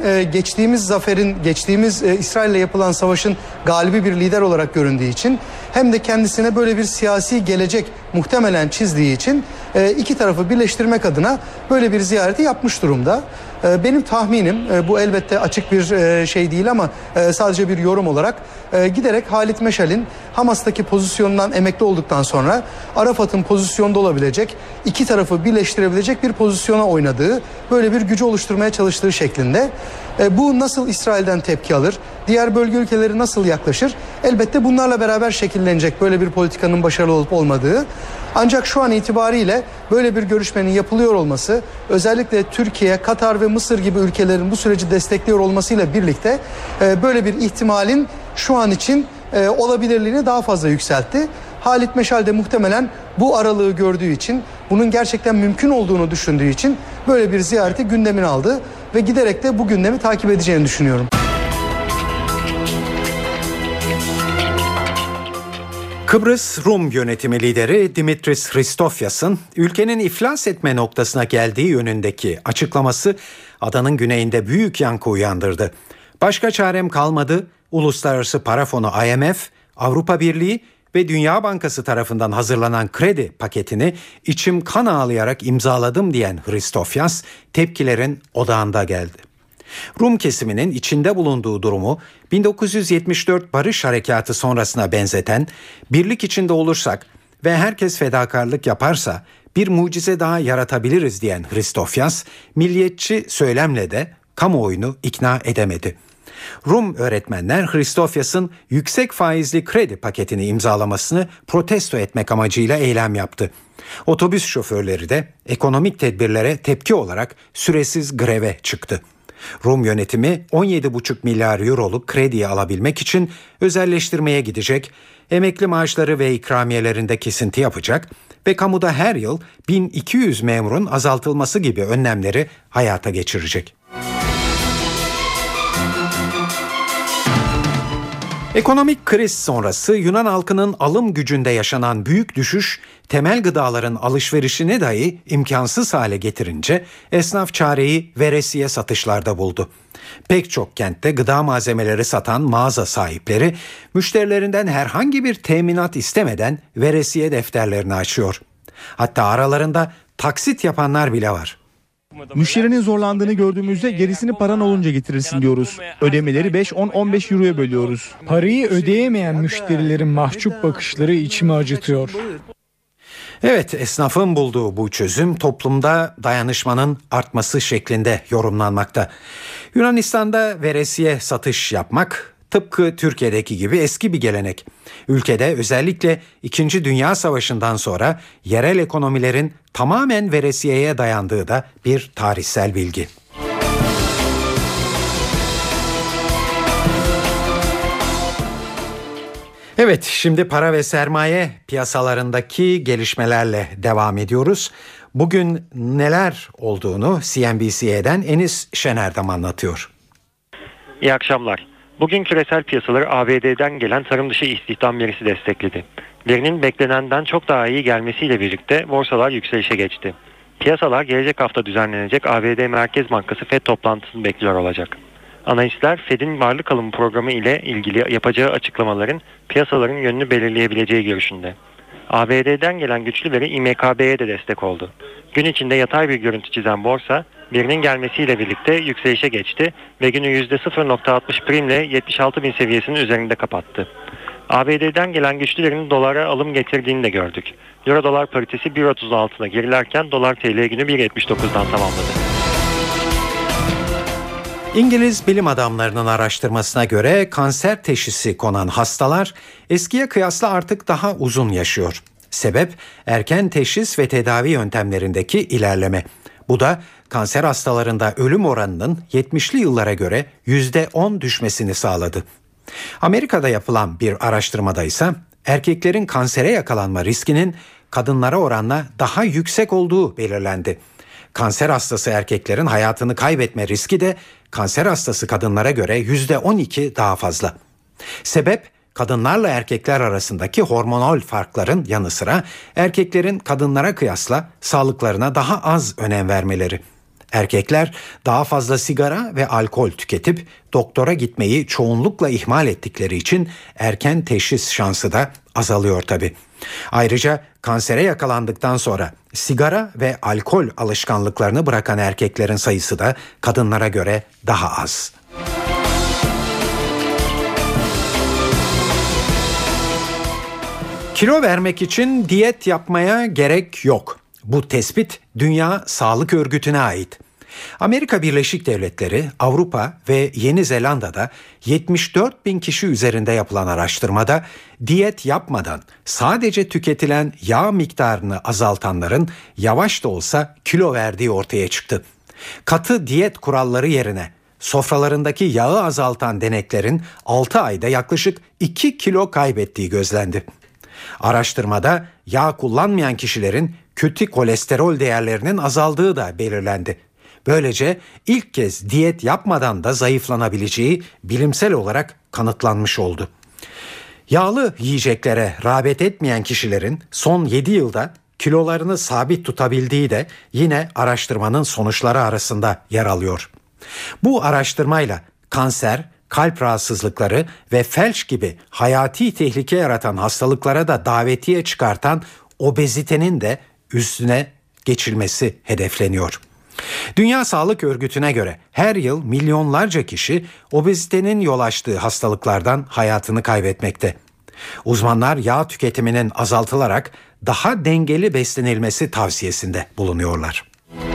geçtiğimiz İsrail'le yapılan savaşın galibi bir lider olarak göründüğü için hem de kendisine böyle bir siyasi gelecek muhtemelen çizdiği için iki tarafı birleştirmek adına böyle bir ziyareti yapmış durumda. Benim tahminim, bu elbette açık bir şey değil ama sadece bir yorum olarak giderek Halit Meşal'in Hamas'taki pozisyonundan emekli olduktan sonra Arafat'ın pozisyonda olabilecek, iki tarafı birleştirebilecek bir pozisyona oynadığı, böyle bir gücü oluşturmaya çalıştığı şeklinde. Bu nasıl İsrail'den tepki alır, diğer bölge ülkeleri nasıl yaklaşır? Elbette bunlarla beraber şekillenecek böyle bir politikanın başarılı olup olmadığı. Ancak şu an itibariyle böyle bir görüşmenin yapılıyor olması, özellikle Türkiye, Katar ve Mısır gibi ülkelerin bu süreci destekliyor olmasıyla birlikte böyle bir ihtimalin şu an için olabilirliğini daha fazla yükseltti. Halit Meşal de muhtemelen bu aralığı gördüğü için, bunun gerçekten mümkün olduğunu düşündüğü için böyle bir ziyareti gündemine aldı ve giderek de bu gündemi takip edeceğini düşünüyorum. Kıbrıs Rum yönetimi lideri Dimitris Christofias'ın ülkenin iflas etme noktasına geldiği yönündeki açıklaması adanın güneyinde büyük yankı uyandırdı. Başka çarem kalmadı, Uluslararası Para Fonu IMF, Avrupa Birliği ve Dünya Bankası tarafından hazırlanan kredi paketini içim kan ağlayarak imzaladım diyen Christofias tepkilerin odağında geldi. Rum kesiminin içinde bulunduğu durumu 1974 Barış Harekatı sonrasına benzeten, birlik içinde olursak ve herkes fedakarlık yaparsa bir mucize daha yaratabiliriz diyen Christofias, milliyetçi söylemle de kamuoyunu ikna edemedi. Rum öğretmenler Christofias'ın yüksek faizli kredi paketini imzalamasını protesto etmek amacıyla eylem yaptı. Otobüs şoförleri de ekonomik tedbirlere tepki olarak süresiz greve çıktı. Rum yönetimi 17,5 milyar euroluk krediyi alabilmek için özelleştirmeye gidecek, emekli maaşları ve ikramiyelerinde kesinti yapacak ve kamuda her yıl 1200 memurun azaltılması gibi önlemleri hayata geçirecek. Ekonomik kriz sonrası Yunan halkının alım gücünde yaşanan büyük düşüş, temel gıdaların alışverişini dahi imkansız hale getirince esnaf çareyi veresiye satışlarda buldu. Pek çok kentte gıda malzemeleri satan mağaza sahipleri müşterilerinden herhangi bir teminat istemeden veresiye defterlerini açıyor. Hatta aralarında taksit yapanlar bile var. Müşterinin zorlandığını gördüğümüzde gerisini paran olunca getirirsin diyoruz. Ödemeleri 5, 10, 15 euroya bölüyoruz. Parayı ödeyemeyen müşterilerin mahcup bakışları içimi acıtıyor. Evet, esnafın bulduğu bu çözüm toplumda dayanışmanın artması şeklinde yorumlanmakta. Yunanistan'da veresiye satış yapmak tıpkı Türkiye'deki gibi eski bir gelenek. Ülkede özellikle 2. Dünya Savaşı'ndan sonra yerel ekonomilerin tamamen veresiyeye dayandığı da bir tarihsel bilgi. Evet, şimdi para ve sermaye piyasalarındaki gelişmelerle devam ediyoruz. Bugün neler olduğunu CNBC'den Enis Şenerdam anlatıyor. İyi akşamlar. Bugün küresel piyasaları ABD'den gelen tarım dışı istihdam verisi destekledi. Verinin beklenenden çok daha iyi gelmesiyle birlikte borsalar yükselişe geçti. Piyasalar gelecek hafta düzenlenecek ABD Merkez Bankası FED toplantısını bekliyor olacak. Analistler Fed'in varlık alımı programı ile ilgili yapacağı açıklamaların piyasaların yönünü belirleyebileceği görüşünde. ABD'den gelen güçlü veri İMKB'ye de destek oldu. Gün içinde yatay bir görüntü çizen borsa verinin gelmesiyle birlikte yükselişe geçti ve günü %0.60 primle 76.000 seviyesinin üzerinde kapattı. ABD'den gelen güçlü verinin dolara alım getirdiğini de gördük. Euro dolar paritesi 1.30 altına gerilerken dolar TL günü 1.79'dan tamamladı. İngiliz bilim adamlarının araştırmasına göre kanser teşhisi konan hastalar eskiye kıyasla artık daha uzun yaşıyor. Sebep erken teşhis ve tedavi yöntemlerindeki ilerleme. Bu da kanser hastalarında ölüm oranının 70'li yıllara göre %10 düşmesini sağladı. Amerika'da yapılan bir araştırmada ise erkeklerin kansere yakalanma riskinin kadınlara oranla daha yüksek olduğu belirlendi. Kanser hastası erkeklerin hayatını kaybetme riski de kanser hastası kadınlara göre %12 daha fazla. Sebep kadınlarla erkekler arasındaki hormonal farkların yanı sıra erkeklerin kadınlara kıyasla sağlıklarına daha az önem vermeleri. Erkekler daha fazla sigara ve alkol tüketip doktora gitmeyi çoğunlukla ihmal ettikleri için erken teşhis şansı da azalıyor tabii. Ayrıca kansere yakalandıktan sonra sigara ve alkol alışkanlıklarını bırakan erkeklerin sayısı da kadınlara göre daha az. Kilo vermek için diyet yapmaya gerek yok. Bu tespit Dünya Sağlık Örgütü'ne ait. Amerika Birleşik Devletleri, Avrupa ve Yeni Zelanda'da 74 bin kişi üzerinde yapılan araştırmada diyet yapmadan sadece tüketilen yağ miktarını azaltanların yavaş da olsa kilo verdiği ortaya çıktı. Katı diyet kuralları yerine sofralarındaki yağı azaltan deneklerin 6 ayda yaklaşık 2 kilo kaybettiği gözlendi. Araştırmada yağ kullanmayan kişilerin kötü kolesterol değerlerinin azaldığı da belirlendi. Böylece ilk kez diyet yapmadan da zayıflanabileceği bilimsel olarak kanıtlanmış oldu. Yağlı yiyeceklere rağbet etmeyen kişilerin son 7 yılda kilolarını sabit tutabildiği de yine araştırmanın sonuçları arasında yer alıyor. Bu araştırmayla kanser, kalp rahatsızlıkları ve felç gibi hayati tehlike yaratan hastalıklara da davetiye çıkartan obezitenin de üstüne geçilmesi hedefleniyor. Dünya Sağlık Örgütü'ne göre her yıl milyonlarca kişi obezitenin yol açtığı hastalıklardan hayatını kaybetmekte. Uzmanlar yağ tüketiminin azaltılarak daha dengeli beslenilmesi tavsiyesinde bulunuyorlar.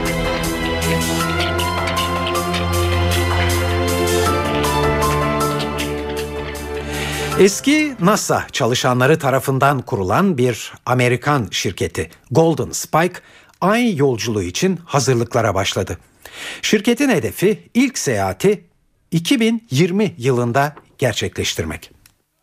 Eski NASA çalışanları tarafından kurulan bir Amerikan şirketi Golden Spike, Ay yolculuğu için hazırlıklara başladı. Şirketin hedefi ilk seyahati 2020 yılında gerçekleştirmek.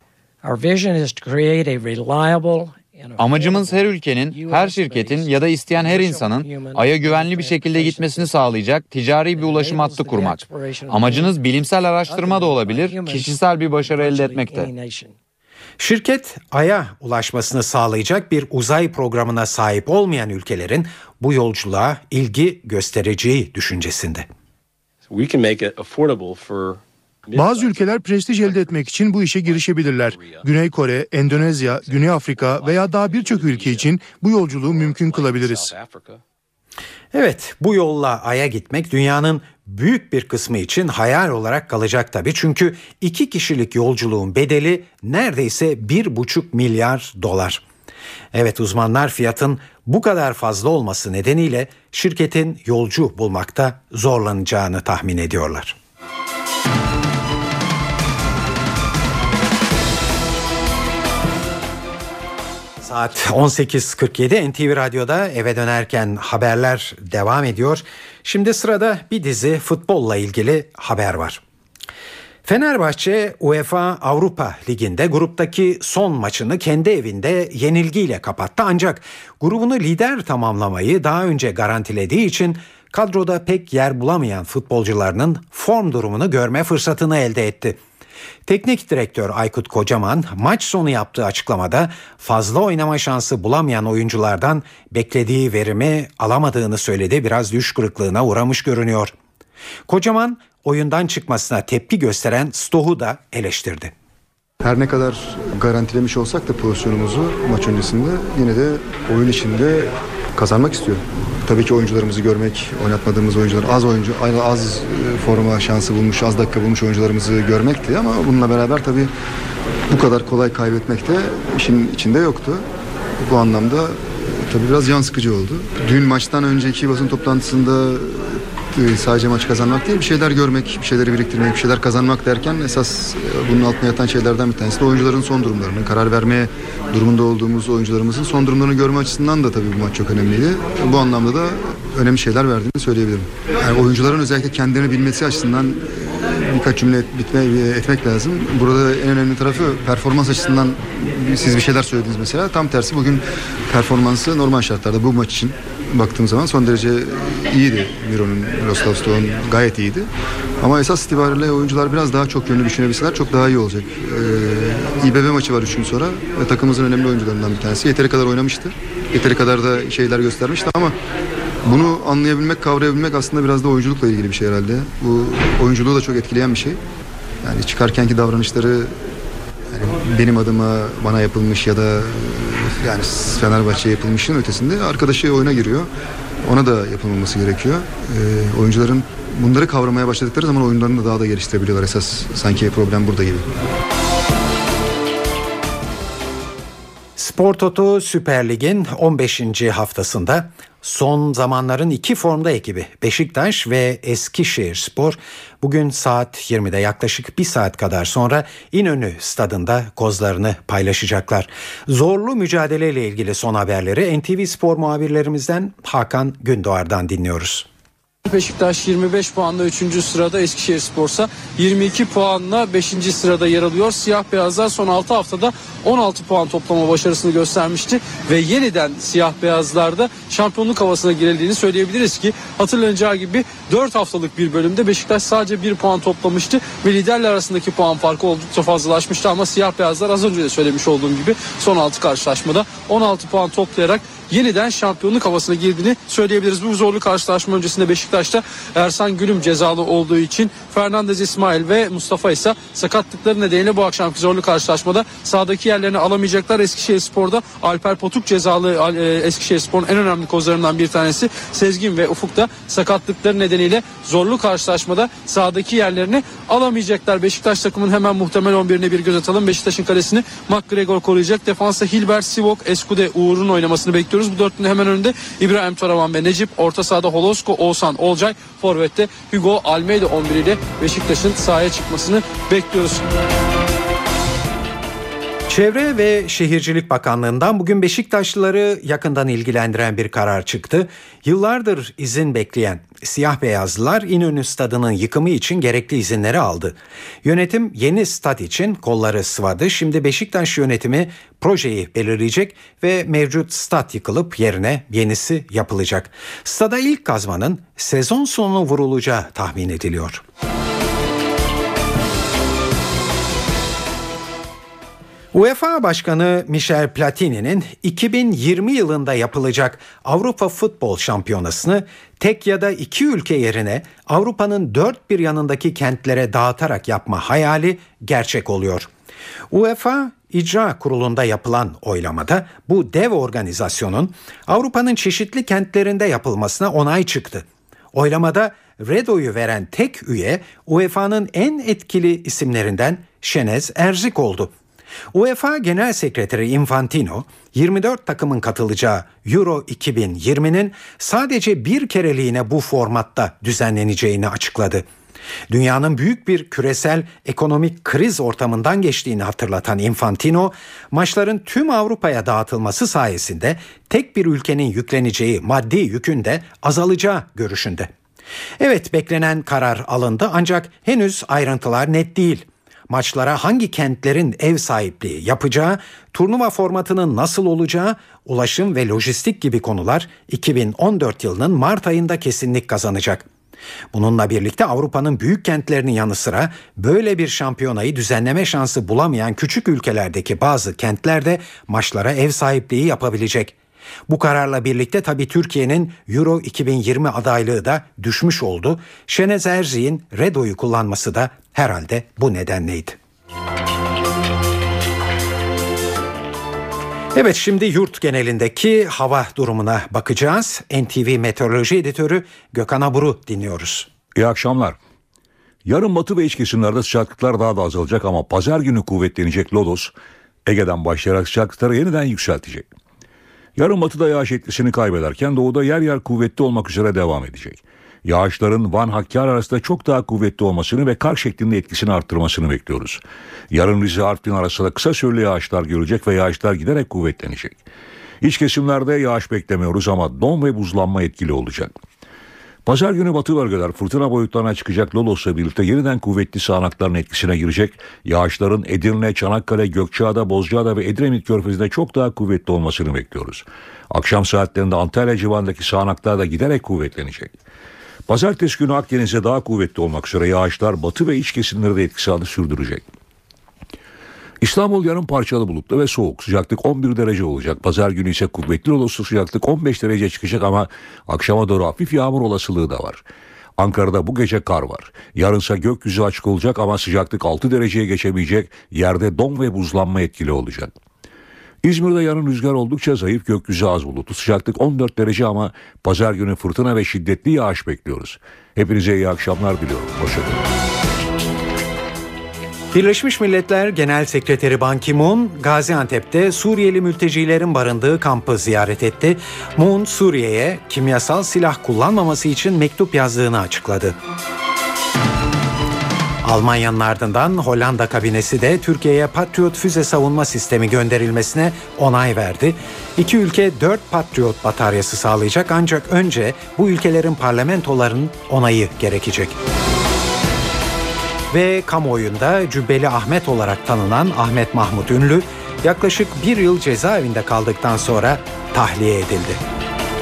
Amacımız her ülkenin, her şirketin ya da isteyen her insanın Ay'a güvenli bir şekilde gitmesini sağlayacak ticari bir ulaşım hattı kurmak. Amacınız bilimsel araştırma da olabilir, kişisel bir başarı elde etmekte. Şirket Ay'a ulaşmasını sağlayacak bir uzay programına sahip olmayan ülkelerin bu yolculuğa ilgi göstereceği düşüncesinde. Bazı ülkeler prestij elde etmek için bu işe girişebilirler. Güney Kore, Endonezya, Güney Afrika veya daha birçok ülke için bu yolculuğu mümkün kılabiliriz. Evet, bu yolla Ay'a gitmek dünyanın büyük bir kısmı için hayal olarak kalacak tabii. Çünkü 2 kişilik yolculuğun bedeli neredeyse 1,5 milyar dolar. Evet, uzmanlar fiyatın bu kadar fazla olması nedeniyle şirketin yolcu bulmakta zorlanacağını tahmin ediyorlar. Saat 18.47 NTV Radyo'da eve dönerken haberler devam ediyor. Şimdi sırada bir dizi futbolla ilgili haber var. Fenerbahçe UEFA Avrupa Ligi'nde gruptaki son maçını kendi evinde yenilgiyle kapattı. Ancak grubunu lider tamamlamayı daha önce garantilediği için kadroda pek yer bulamayan futbolcularının form durumunu görme fırsatını elde etti. Teknik direktör Aykut Kocaman maç sonu yaptığı açıklamada fazla oynama şansı bulamayan oyunculardan beklediği verimi alamadığını söyledi. Biraz düş kırıklığına uğramış görünüyor. Kocaman oyundan çıkmasına tepki gösteren Stoh'u da eleştirdi. Her ne kadar garantilemiş olsak da pozisyonumuzu maç öncesinde yine de oyun içinde kazanmak istiyorum. Tabii ki oyuncularımızı görmek, oynatmadığımız oyuncular, az forma şansı bulmuş, az dakika bulmuş oyuncularımızı görmekti ama bununla beraber tabii bu kadar kolay kaybetmek de işin içinde yoktu. Bu anlamda tabii biraz can sıkıcı oldu. Dün maçtan önceki basın toplantısında sadece maç kazanmak değil, bir şeyler görmek, bir şeyleri biriktirmek, bir şeyler kazanmak derken esas bunun altına yatan şeylerden bir tanesi de oyuncuların son durumlarının, karar vermeye durumunda olduğumuz oyuncularımızın son durumlarını görme açısından da tabii bu maç çok önemliydi. Bu anlamda da önemli şeyler verdiğini söyleyebilirim. Yani oyuncuların özellikle kendilerini bilmesi açısından birkaç cümle etmek lazım. Burada en önemli tarafı performans açısından siz bir şeyler söylediniz mesela. Tam tersi bugün performansı normal şartlarda bu maç için baktığım zaman son derece iyiydi. Miroslav Stoh'un gayet iyiydi. Ama esas itibariyle oyuncular biraz daha çok yönlü düşünebilseler çok daha iyi olacak. İBB maçı var 3 gün sonra ve takımımızın önemli oyuncularından bir tanesi. Yeteri kadar oynamıştı. Yeteri kadar da şeyler göstermişti ama bunu anlayabilmek, kavrayabilmek aslında biraz da oyunculukla ilgili bir şey herhalde. Bu oyunculuğu da çok etkileyen bir şey. Yani çıkarkenki davranışları yani benim adıma bana yapılmış ya da yani Fenerbahçe'ye yapılmışın ötesinde arkadaşı oyuna giriyor. Ona da yapılmaması gerekiyor. Oyuncuların bunları kavramaya başladıkları zaman oyunlarını da daha da geliştirebiliyorlar. Esas sanki problem burada gibi. Spor Toto Süper Lig'in 15. haftasında son zamanların 2 formda ekibi Beşiktaş ve Eskişehirspor bugün saat 20'de yaklaşık 1 saat kadar sonra İnönü Stadı'nda kozlarını paylaşacaklar. Zorlu mücadeleyle ilgili son haberleri NTV Spor muhabirlerimizden Hakan Gündoğar'dan dinliyoruz. Beşiktaş 25 puanla 3. sırada, Eskişehirspor'sa 22 puanla 5. sırada yer alıyor. Siyah beyazlar son 6 haftada 16 puan toplama başarısını göstermişti ve yeniden siyah beyazlarda şampiyonluk havasına girildiğini söyleyebiliriz ki hatırlanacağı gibi 4 haftalık bir bölümde Beşiktaş sadece 1 puan toplamıştı ve liderler arasındaki puan farkı oldukça fazlalaşmıştı ama siyah beyazlar az önce de söylemiş olduğum gibi son 6 karşılaşmada 16 puan toplayarak yeniden şampiyonluk havasına girdiğini söyleyebiliriz. Bu zorlu karşılaşma öncesinde Beşiktaş'ta Ersan Gülüm cezalı olduğu için Fernandez İsmail ve Mustafa ise sakatlıkları nedeniyle bu akşamki zorlu karşılaşmada sahadaki yerlerini alamayacaklar. Eskişehirspor'da Alper Potuk cezalı, Eskişehirspor'un en önemli kozlarından bir tanesi. Sezgin ve Ufuk da sakatlıkları nedeniyle zorlu karşılaşmada sahadaki yerlerini alamayacaklar. Beşiktaş takımın hemen muhtemel 11'ine bir göz atalım. Beşiktaş'ın kalesini McGregor koruyacak. Defansta Hilbert, Sivok, Eskude, Uğur'un oynamasını bekliyoruz. Bu dörtlünün hemen önünde İbrahim Toraman ve Necip. Orta sahada Holosko, Oğuzhan, Olcay. Forvet'te Hugo Almeida 11 ile Beşiktaş'ın sahaya çıkmasını bekliyoruz. Çevre ve Şehircilik Bakanlığı'ndan bugün Beşiktaşlıları yakından ilgilendiren bir karar çıktı. Yıllardır izin bekleyen siyah beyazlılar İnönü Stadı'nın yıkımı için gerekli izinleri aldı. Yönetim yeni stat için kolları sıvadı. Şimdi Beşiktaş yönetimi projeyi belirleyecek ve mevcut stat yıkılıp yerine yenisi yapılacak. Stada ilk kazmanın sezon sonu vurulacağı tahmin ediliyor. UEFA Başkanı Michel Platini'nin 2020 yılında yapılacak Avrupa Futbol Şampiyonası'nı tek ya da 2 ülke yerine Avrupa'nın dört bir yanındaki kentlere dağıtarak yapma hayali gerçek oluyor. UEFA İcra Kurulu'nda yapılan oylamada bu dev organizasyonun Avrupa'nın çeşitli kentlerinde yapılmasına onay çıktı. Oylamada red oyu veren tek üye UEFA'nın en etkili isimlerinden Şenez Erzik oldu. UEFA Genel Sekreteri Infantino, 24 takımın katılacağı Euro 2020'nin sadece bir kereliğine bu formatta düzenleneceğini açıkladı. Dünyanın büyük bir küresel ekonomik kriz ortamından geçtiğini hatırlatan Infantino, maçların tüm Avrupa'ya dağıtılması sayesinde tek bir ülkenin yükleneceği maddi yükün de azalacağı görüşünde. Evet, beklenen karar alındı ancak henüz ayrıntılar net değil. Maçlara hangi kentlerin ev sahipliği yapacağı, turnuva formatının nasıl olacağı, ulaşım ve lojistik gibi konular 2014 yılının Mart ayında kesinlik kazanacak. Bununla birlikte Avrupa'nın büyük kentlerinin yanı sıra böyle bir şampiyonayı düzenleme şansı bulamayan küçük ülkelerdeki bazı kentler de maçlara ev sahipliği yapabilecek. Bu kararla birlikte tabii Türkiye'nin Euro 2020 adaylığı da düşmüş oldu. Şenez Erzik'in red oyu kullanması da herhalde bu nedenleydi. Evet, şimdi yurt genelindeki hava durumuna bakacağız. NTV Meteoroloji Editörü Gökhan Abur'u dinliyoruz. İyi akşamlar. Yarın batı ve iç kesimlerde sıcaklıklar daha da azalacak ama pazar günü kuvvetlenecek lodos Ege'den başlayarak sıcaklıkları yeniden yükseltecek. Yarın batıda yağış etkisini kaybederken doğuda yer yer kuvvetli olmak üzere devam edecek. Yağışların Van-Hakkari arasında çok daha kuvvetli olmasını ve kar şeklinde etkisini arttırmasını bekliyoruz. Yarın Rize-Artvin arasında kısa süreli yağışlar görecek ve yağışlar giderek kuvvetlenecek. İç kesimlerde yağış beklemiyoruz ama don ve buzlanma etkili olacak. Pazar günü batı bölgeler fırtına boyutlarına çıkacak lodosla birlikte yeniden kuvvetli sağanakların etkisine girecek. Yağışların Edirne, Çanakkale, Gökçeada, Bozcaada ve Edremit Körfezi'nde çok daha kuvvetli olmasını bekliyoruz. Akşam saatlerinde Antalya civarındaki sağanaklar da giderek kuvvetlenecek. Pazartesi günü Akdeniz'de daha kuvvetli olmak üzere yağışlar batı ve iç kesimlerde de etkisini sürdürecek. İstanbul yarın parçalı bulutlu ve soğuk. Sıcaklık 11 derece olacak. Pazar günü ise kuvvetli olası sıcaklık 15 derece çıkacak ama akşama doğru hafif yağmur olasılığı da var. Ankara'da bu gece kar var. Yarınsa gökyüzü açık olacak ama sıcaklık 6 dereceye geçemeyecek. Yerde don ve buzlanma etkili olacak. İzmir'de yarın rüzgar oldukça zayıf, gökyüzü az bulutlu. Sıcaklık 14 derece ama pazar günü fırtına ve şiddetli yağış bekliyoruz. Hepinize iyi akşamlar diliyorum. Hoşçakalın. Birleşmiş Milletler Genel Sekreteri Ban Ki-moon, Gaziantep'te Suriyeli mültecilerin barındığı kampı ziyaret etti. Moon, Suriye'ye kimyasal silah kullanmaması için mektup yazdığını açıkladı. Almanya'nın ardından Hollanda kabinesi de Türkiye'ye Patriot füze savunma sistemi gönderilmesine onay verdi. İki ülke 4 Patriot bataryası sağlayacak ancak önce bu ülkelerin parlamentolarının onayı gerekecek. Ve kamuoyunda Cübbeli Ahmet olarak tanınan Ahmet Mahmut Ünlü yaklaşık 1 yıl cezaevinde kaldıktan sonra tahliye edildi.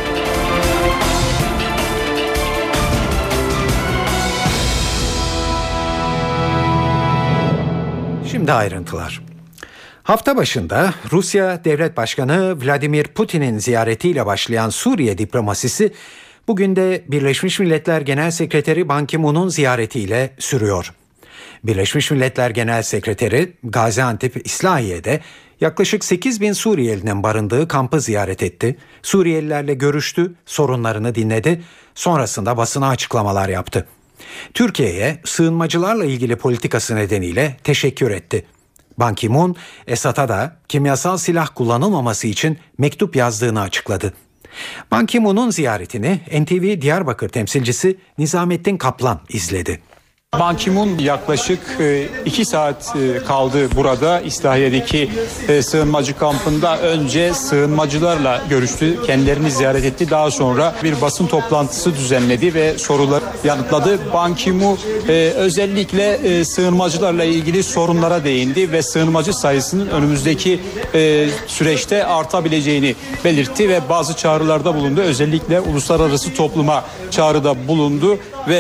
Şimdi ayrıntılar. Hafta başında Rusya Devlet Başkanı Vladimir Putin'in ziyaretiyle başlayan Suriye diplomasisi bugün de Birleşmiş Milletler Genel Sekreteri Ban Ki-moon'un ziyaretiyle sürüyor. Birleşmiş Milletler Genel Sekreteri Gaziantep İslahiye'de yaklaşık 8.000 Suriyelinin barındığı kampı ziyaret etti. Suriyelilerle görüştü, sorunlarını dinledi, sonrasında basına açıklamalar yaptı. Türkiye'ye sığınmacılarla ilgili politikası nedeniyle teşekkür etti. Ban Ki-moon, Esad'a da kimyasal silah kullanılmaması için mektup yazdığını açıkladı. Ban Ki-moon'un ziyaretini NTV Diyarbakır temsilcisi Nizamettin Kaplan izledi. Ban Ki-moon yaklaşık 2 saat kaldı burada. İslahiye'deki sığınmacı kampında önce sığınmacılarla görüştü, kendilerini ziyaret etti. Daha sonra bir basın toplantısı düzenledi ve soruları yanıtladı. Ban Ki-moon özellikle sığınmacılarla ilgili sorunlara değindi ve sığınmacı sayısının önümüzdeki süreçte artabileceğini belirtti ve bazı çağrılarda bulundu. Özellikle uluslararası topluma çağrıda bulundu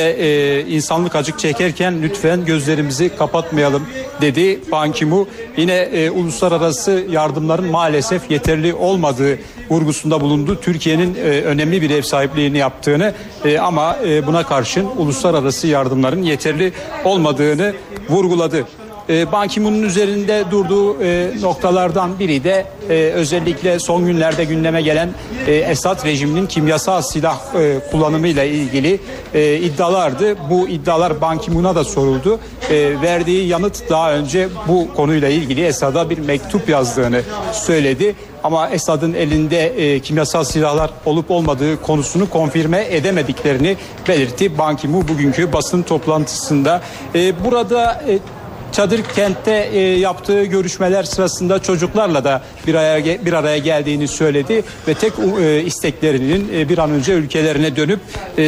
ve insanlık acık çekerken lütfen gözlerimizi kapatmayalım dedi Ban Ki-moon. Yine uluslararası yardımların maalesef yeterli olmadığı vurgusunda bulundu. Türkiye'nin önemli bir ev sahipliğini yaptığını ama buna karşın uluslararası yardımların yeterli olmadığını vurguladı. Ban Ki-moon'un üzerinde durduğu noktalardan biri de özellikle son günlerde gündeme gelen Esad rejiminin kimyasal silah kullanımıyla ilgili iddialardı. Bu iddialar Ban Ki-moon'a da soruldu. Verdiği yanıt daha önce bu konuyla ilgili Esad'a bir mektup yazdığını söyledi. Ama Esad'ın elinde kimyasal silahlar olup olmadığı konusunu konfirme edemediklerini belirtti Ban Ki-moon bugünkü basın toplantısında. Burada Çadır kentte yaptığı görüşmeler sırasında çocuklarla da bir araya geldiğini söyledi ve tek isteklerinin bir an önce ülkelerine dönüp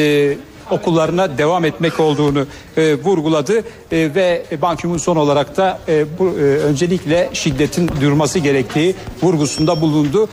okullarına devam etmek olduğunu vurguladı ve Ban Ki-moon son olarak da öncelikle şiddetin durması gerektiği vurgusunda bulundu.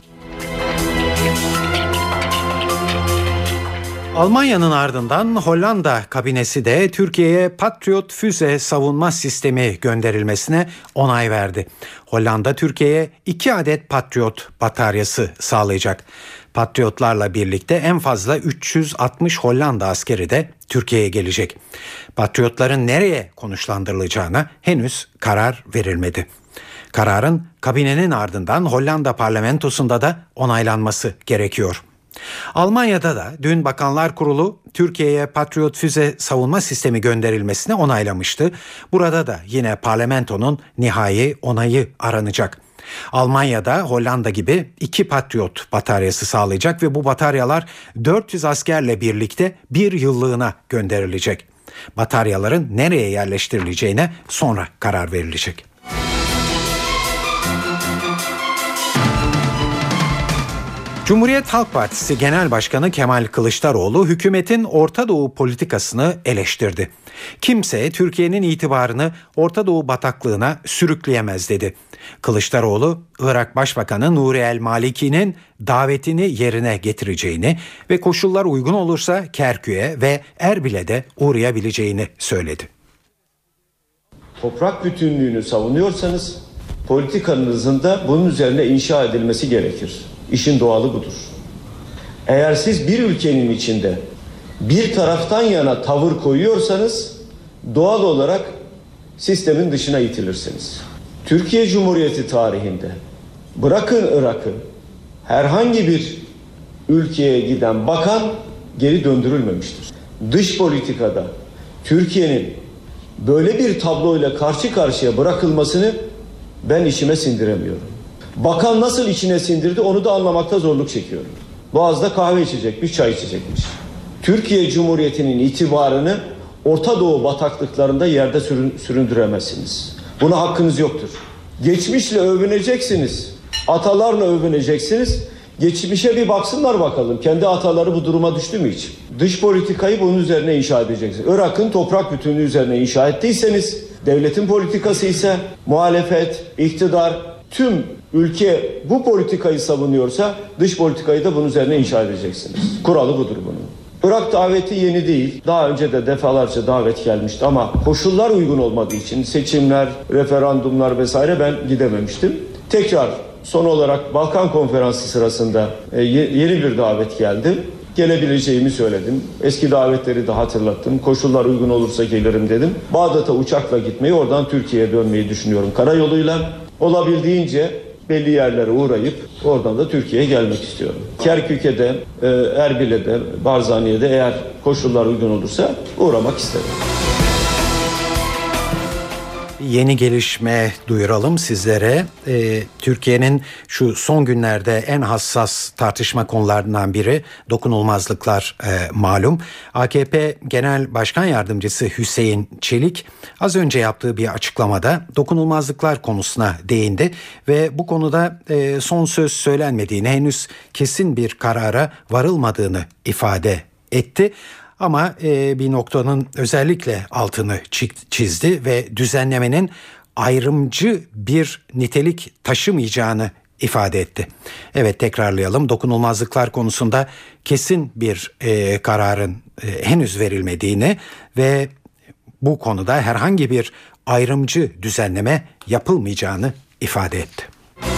Almanya'nın ardından Hollanda kabinesi de Türkiye'ye Patriot füze savunma sistemi gönderilmesine onay verdi. Hollanda Türkiye'ye 2 adet Patriot bataryası sağlayacak. Patriotlarla birlikte en fazla 360 Hollanda askeri de Türkiye'ye gelecek. Patriotların nereye konuşlandırılacağına henüz karar verilmedi. Kararın kabinenin ardından Hollanda parlamentosunda da onaylanması gerekiyor. Almanya'da da dün Bakanlar Kurulu Türkiye'ye Patriot füze savunma sistemi gönderilmesini onaylamıştı. Burada da yine parlamentonun nihai onayı aranacak. Almanya'da Hollanda gibi 2 Patriot bataryası sağlayacak ve bu bataryalar 400 askerle birlikte 1 yıllığına gönderilecek. Bataryaların nereye yerleştirileceğine sonra karar verilecek. Cumhuriyet Halk Partisi Genel Başkanı Kemal Kılıçdaroğlu hükümetin Orta Doğu politikasını eleştirdi. Kimse Türkiye'nin itibarını Orta Doğu bataklığına sürükleyemez dedi. Kılıçdaroğlu, Irak Başbakanı Nuri El Maliki'nin davetini yerine getireceğini ve koşullar uygun olursa Kerkük'e ve Erbil'e de uğrayabileceğini söyledi. Toprak bütünlüğünü savunuyorsanız politikanızın da bunun üzerine inşa edilmesi gerekir. İşin doğalı budur. Eğer siz bir ülkenin içinde bir taraftan yana tavır koyuyorsanız doğal olarak sistemin dışına itilirsiniz. Türkiye Cumhuriyeti tarihinde bırakın Irak'ı herhangi bir ülkeye giden bakan geri döndürülmemiştir. Dış politikada Türkiye'nin böyle bir tabloyla karşı karşıya bırakılmasını ben içime sindiremiyorum. Bakan nasıl içine sindirdi onu da anlamakta zorluk çekiyorum. Boğaz'da kahve içecekmiş, çay içecekmiş. Türkiye Cumhuriyeti'nin itibarını Orta Doğu bataklıklarında yerde süründüremezsiniz. Buna hakkınız yoktur. Geçmişle övüneceksiniz. Atalarla övüneceksiniz. Geçmişe bir baksınlar bakalım. Kendi ataları bu duruma düştü mü hiç? Dış politikayı bunun üzerine inşa edeceksiniz. Irak'ın toprak bütünlüğü üzerine inşa ettiyseniz, devletin politikası ise muhalefet, iktidar, tüm ülke bu politikayı savunuyorsa dış politikayı da bunun üzerine inşa edeceksiniz. Kuralı budur bunun. Irak daveti yeni değil. Daha önce de defalarca davet gelmişti ama koşullar uygun olmadığı için seçimler, referandumlar vesaire ben gidememiştim. Tekrar son olarak Balkan Konferansı sırasında yeni bir davet geldi. Gelebileceğimi söyledim. Eski davetleri de hatırlattım. Koşullar uygun olursa gelirim dedim. Bağdat'a uçakla gitmeyi, oradan Türkiye'ye dönmeyi düşünüyorum karayoluyla. Olabildiğince belli yerlere uğrayıp oradan da Türkiye'ye gelmek istiyorum. Kerkük'e, Erbil'e, Barzani'ye eğer koşullar uygun olursa uğramak isterim. Yeni gelişme duyuralım sizlere. Türkiye'nin şu son günlerde en hassas tartışma konularından biri dokunulmazlıklar malum. AKP Genel Başkan Yardımcısı Hüseyin Çelik az önce yaptığı bir açıklamada dokunulmazlıklar konusuna değindi ve bu konuda son söz söylenmediğini, henüz kesin bir karara varılmadığını ifade etti. Ama bir noktanın özellikle altını çizdi ve düzenlemenin ayrımcı bir nitelik taşımayacağını ifade etti. Evet, tekrarlayalım. Dokunulmazlıklar konusunda kesin bir kararın henüz verilmediğini ve bu konuda herhangi bir ayrımcı düzenleme yapılmayacağını ifade etti.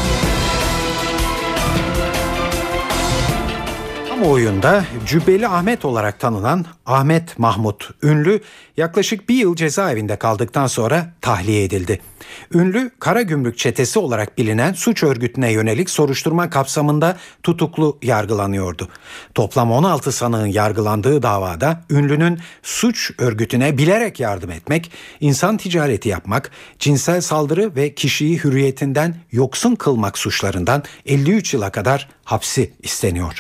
Kamuoyunda Cübbeli Ahmet olarak tanınan Ahmet Mahmut Ünlü yaklaşık bir yıl cezaevinde kaldıktan sonra tahliye edildi. Ünlü, Karagümrük Çetesi olarak bilinen suç örgütüne yönelik soruşturma kapsamında tutuklu yargılanıyordu. Toplam 16 sanığın yargılandığı davada Ünlü'nün suç örgütüne bilerek yardım etmek, insan ticareti yapmak, cinsel saldırı ve kişiyi hürriyetinden yoksun kılmak suçlarından 53 yıla kadar hapsi isteniyor.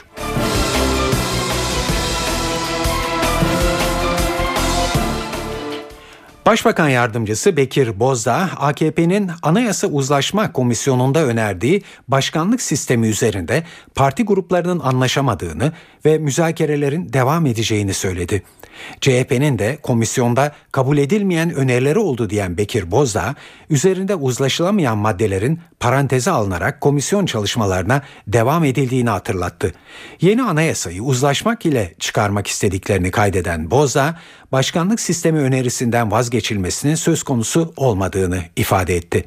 Başbakan Yardımcısı Bekir Bozdağ, AKP'nin Anayasa Uzlaşma Komisyonu'nda önerdiği başkanlık sistemi üzerinde parti gruplarının anlaşamadığını ve müzakerelerin devam edeceğini söyledi. CHP'nin de komisyonda kabul edilmeyen önerileri oldu diyen Bekir Bozdağ, üzerinde uzlaşılamayan maddelerin paranteze alınarak komisyon çalışmalarına devam edildiğini hatırlattı. Yeni anayasayı uzlaşmak ile çıkarmak istediklerini kaydeden Bozdağ, başkanlık sistemi önerisinden vazgeçilmesinin söz konusu olmadığını ifade etti.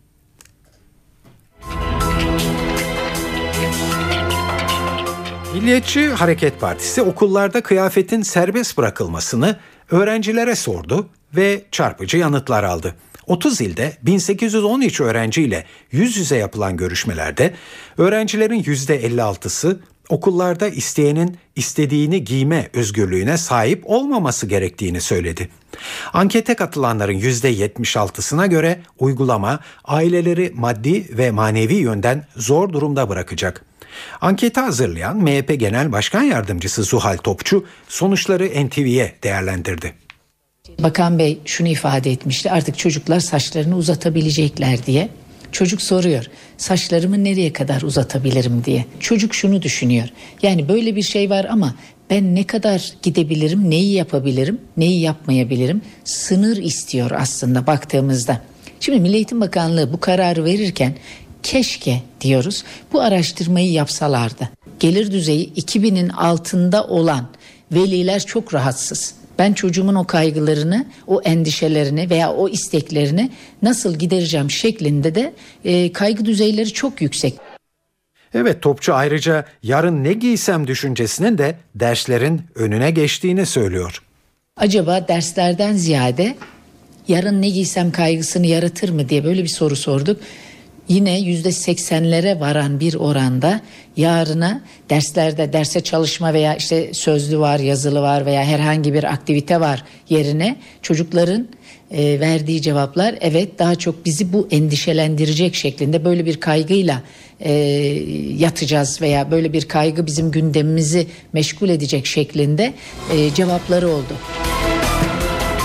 Milliyetçi Hareket Partisi okullarda kıyafetin serbest bırakılmasını öğrencilere sordu ve çarpıcı yanıtlar aldı. 30 ilde 1813 öğrenciyle yüz yüze yapılan görüşmelerde öğrencilerin %56'sı okullarda isteyenin istediğini giyme özgürlüğüne sahip olmaması gerektiğini söyledi. Ankete katılanların %76'sına göre uygulama aileleri maddi ve manevi yönden zor durumda bırakacak. Anketi hazırlayan MHP Genel Başkan Yardımcısı Zuhal Topçu sonuçları NTV'ye değerlendirdi. Bakan Bey şunu ifade etmişti, artık çocuklar saçlarını uzatabilecekler diye. Çocuk soruyor, saçlarımı nereye kadar uzatabilirim diye. Çocuk şunu düşünüyor, yani böyle bir şey var ama ben ne kadar gidebilirim, neyi yapabilirim, neyi yapmayabilirim? Sınır istiyor aslında baktığımızda. Şimdi Milli Eğitim Bakanlığı bu kararı verirken keşke diyoruz bu araştırmayı yapsalardı. Gelir düzeyi 2000'in altında olan veliler çok rahatsız. Ben çocuğumun o kaygılarını, o endişelerini veya o isteklerini nasıl gidereceğim şeklinde de kaygı düzeyleri çok yüksek. Evet, Topçu ayrıca yarın ne giysem düşüncesinin de derslerin önüne geçtiğini söylüyor. Acaba derslerden ziyade yarın ne giysem kaygısını yaratır mı diye böyle bir soru sorduk. Yine %80'lere varan bir oranda yarına derse çalışma veya işte sözlü var, yazılı var veya herhangi bir aktivite var yerine çocukların verdiği cevaplar evet daha çok bizi bu endişelendirecek şeklinde, böyle bir kaygıyla yatacağız veya böyle bir kaygı bizim gündemimizi meşgul edecek şeklinde cevapları oldu.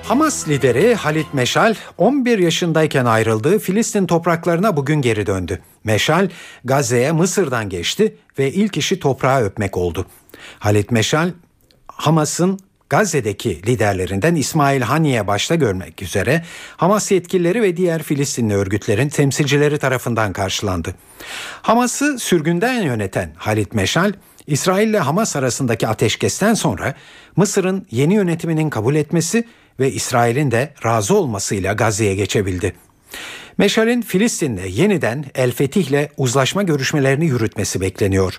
Hamas lideri Halit Meşal 11 yaşındayken ayrıldığı Filistin topraklarına bugün geri döndü. Meşal Gazze'ye Mısır'dan geçti ve ilk işi toprağı öpmek oldu. Halit Meşal Hamas'ın Gazze'deki liderlerinden İsmail Haniye başta görmek üzere Hamas yetkilileri ve diğer Filistinli örgütlerin temsilcileri tarafından karşılandı. Hamas'ı sürgünden yöneten Halit Meşal, İsrail ile Hamas arasındaki ateşkesten sonra Mısır'ın yeni yönetiminin kabul etmesi ve İsrail'in de razı olmasıyla Gazze'ye geçebildi. Meşal'in Filistin'le yeniden El Fetih'le uzlaşma görüşmelerini yürütmesi bekleniyor.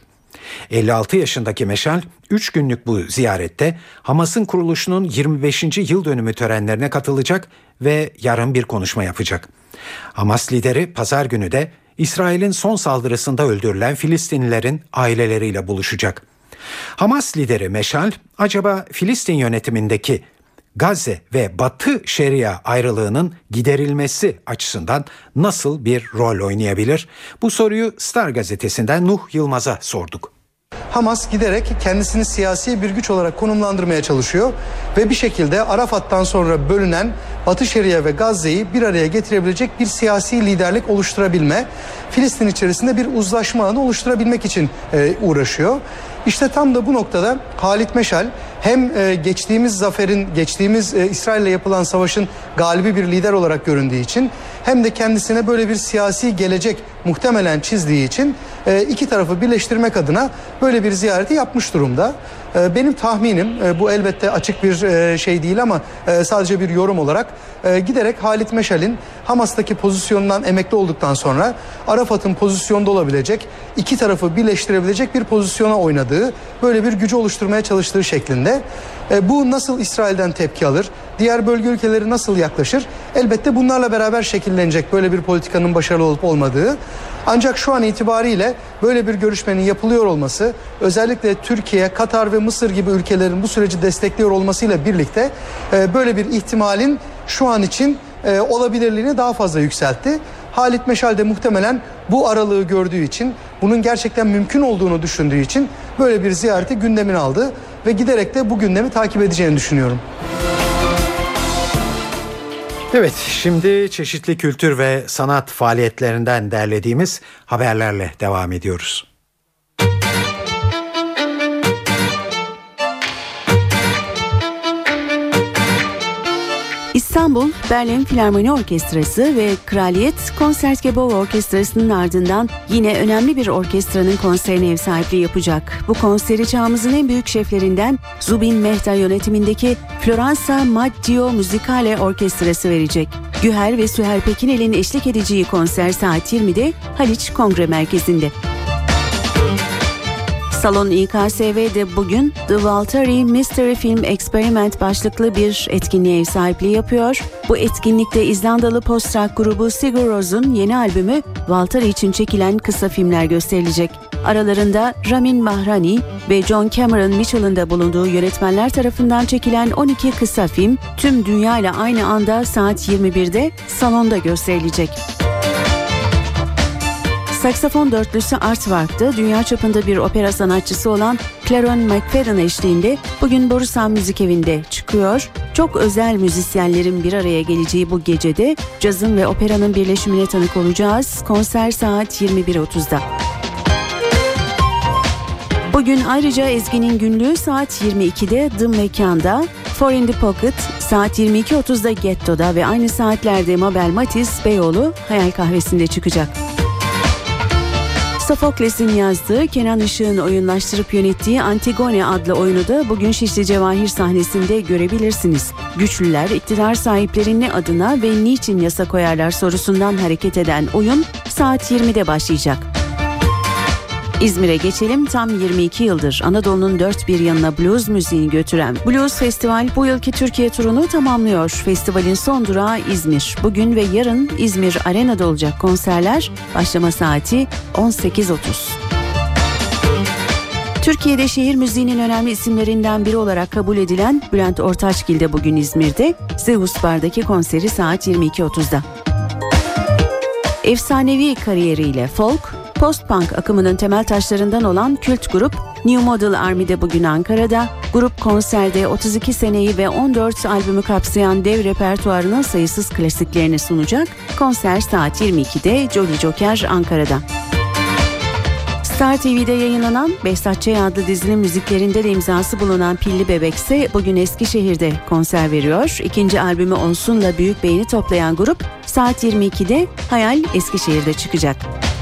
56 yaşındaki Meşal 3 günlük bu ziyarette Hamas'ın kuruluşunun 25. yıl dönümü törenlerine katılacak ve yarın bir konuşma yapacak. Hamas lideri pazar günü de İsrail'in son saldırısında öldürülen Filistinlilerin aileleriyle buluşacak. Hamas lideri Meşal acaba Filistin yönetimindeki Gazze ve Batı Şeria ayrılığının giderilmesi açısından nasıl bir rol oynayabilir? Bu soruyu Star gazetesinden Nuh Yılmaz'a sorduk. Hamas giderek kendisini siyasi bir güç olarak konumlandırmaya çalışıyor ve bir şekilde Arafat'tan sonra bölünen Batı Şeria ve Gazze'yi bir araya getirebilecek bir siyasi liderlik oluşturabilme, Filistin içerisinde bir uzlaşma alanı oluşturabilmek için uğraşıyor. İşte tam da bu noktada Halit Meşal hem geçtiğimiz İsrail'le yapılan savaşın galibi bir lider olarak göründüğü için hem de kendisine böyle bir siyasi gelecek muhtemelen çizdiği için iki tarafı birleştirmek adına böyle bir ziyareti yapmış durumda. Benim tahminim, bu elbette açık bir şey değil ama sadece bir yorum olarak giderek Halit Meşal'in Hamas'taki pozisyonundan emekli olduktan sonra Arafat'ın pozisyonda olabilecek, iki tarafı birleştirebilecek bir pozisyona oynadığı, böyle bir gücü oluşturmaya çalıştığı şeklinde. Bu nasıl İsrail'den tepki alır, diğer bölge ülkeleri nasıl yaklaşır? Elbette bunlarla beraber şekillenecek böyle bir politikanın başarılı olup olmadığı. Ancak şu an itibariyle böyle bir görüşmenin yapılıyor olması, özellikle Türkiye, Katar ve Mısır gibi ülkelerin bu süreci destekliyor olmasıyla birlikte böyle bir ihtimalin şu an için olabilirliğini daha fazla yükseltti. Halit Meşal de muhtemelen bu aralığı gördüğü için, bunun gerçekten mümkün olduğunu düşündüğü için böyle bir ziyareti gündemine aldı ve giderek de bu gündemi takip edeceğini düşünüyorum. Evet, şimdi çeşitli kültür ve sanat faaliyetlerinden derlediğimiz haberlerle devam ediyoruz. İstanbul Berlin Filarmoni Orkestrası ve Kraliyet Konsertgebouw Orkestrası'nın ardından yine önemli bir orkestranın konserine ev sahipliği yapacak. Bu konseri çağımızın en büyük şeflerinden Zubin Mehta yönetimindeki Floransa Maggio Musicale Orkestrası verecek. Güher ve Süher Pekinel'in eşlik edeceği konser saat 20'de Haliç Kongre Merkezi'nde. Salon İKSV'de bugün The Valtteri Mystery Film Experiment başlıklı bir etkinliğe ev sahipliği yapıyor. Bu etkinlikte İzlandalı post-rock grubu Sigur Ros'un yeni albümü Valtteri için çekilen kısa filmler gösterilecek. Aralarında Ramin Mahrani ve John Cameron Mitchell'ın da bulunduğu yönetmenler tarafından çekilen 12 kısa film tüm dünya ile aynı anda saat 21'de salonda gösterilecek. Saksafon dörtlüsü Art Wark'ta dünya çapında bir opera sanatçısı olan Claron McFadden eşliğinde bugün Borusan Müzik Evi'nde çıkıyor. Çok özel müzisyenlerin bir araya geleceği bu gecede cazın ve operanın birleşimine tanık olacağız. Konser saat 21.30'da. Bugün ayrıca Ezgi'nin günlüğü saat 22'de The Mekan'da, Four in the Pocket saat 22.30'da Getto'da ve aynı saatlerde Mabel Matiz Beyoğlu Hayal Kahvesi'nde çıkacak. Sofokles'in yazdığı, Kenan Işık'ın oyunlaştırıp yönettiği Antigone adlı oyunu da bugün Şişli Cevahir sahnesinde görebilirsiniz. Güçlüler iktidar sahipleri ne adına ve niçin yasa koyarlar sorusundan hareket eden oyun saat 20'de başlayacak. İzmir'e geçelim. Tam 22 yıldır Anadolu'nun dört bir yanına blues müziğini götüren Blues Festival bu yılki Türkiye turunu tamamlıyor. Festivalin son durağı İzmir. Bugün ve yarın İzmir Arena'da olacak konserler. Başlama saati 18.30. Türkiye'de şehir müziğinin önemli isimlerinden biri olarak kabul edilen Bülent Ortaçgil de bugün İzmir'de. Zeus Bar'daki konseri saat 22.30'da. Efsanevi kariyeriyle folk, Post-punk akımının temel taşlarından olan kült grup New Model Army'de bugün Ankara'da. Grup konserde 32 seneyi ve 14 albümü kapsayan dev repertuarının sayısız klasiklerini sunacak. Konser saat 22'de Jolly Joker Ankara'da. Star TV'de yayınlanan Behzat Ç. adlı dizinin müziklerinde de imzası bulunan Pilli Bebek ise bugün Eskişehir'de konser veriyor. İkinci albümü Olsun'la büyük beğeni toplayan grup saat 22'de Hayal Eskişehir'de çıkacak.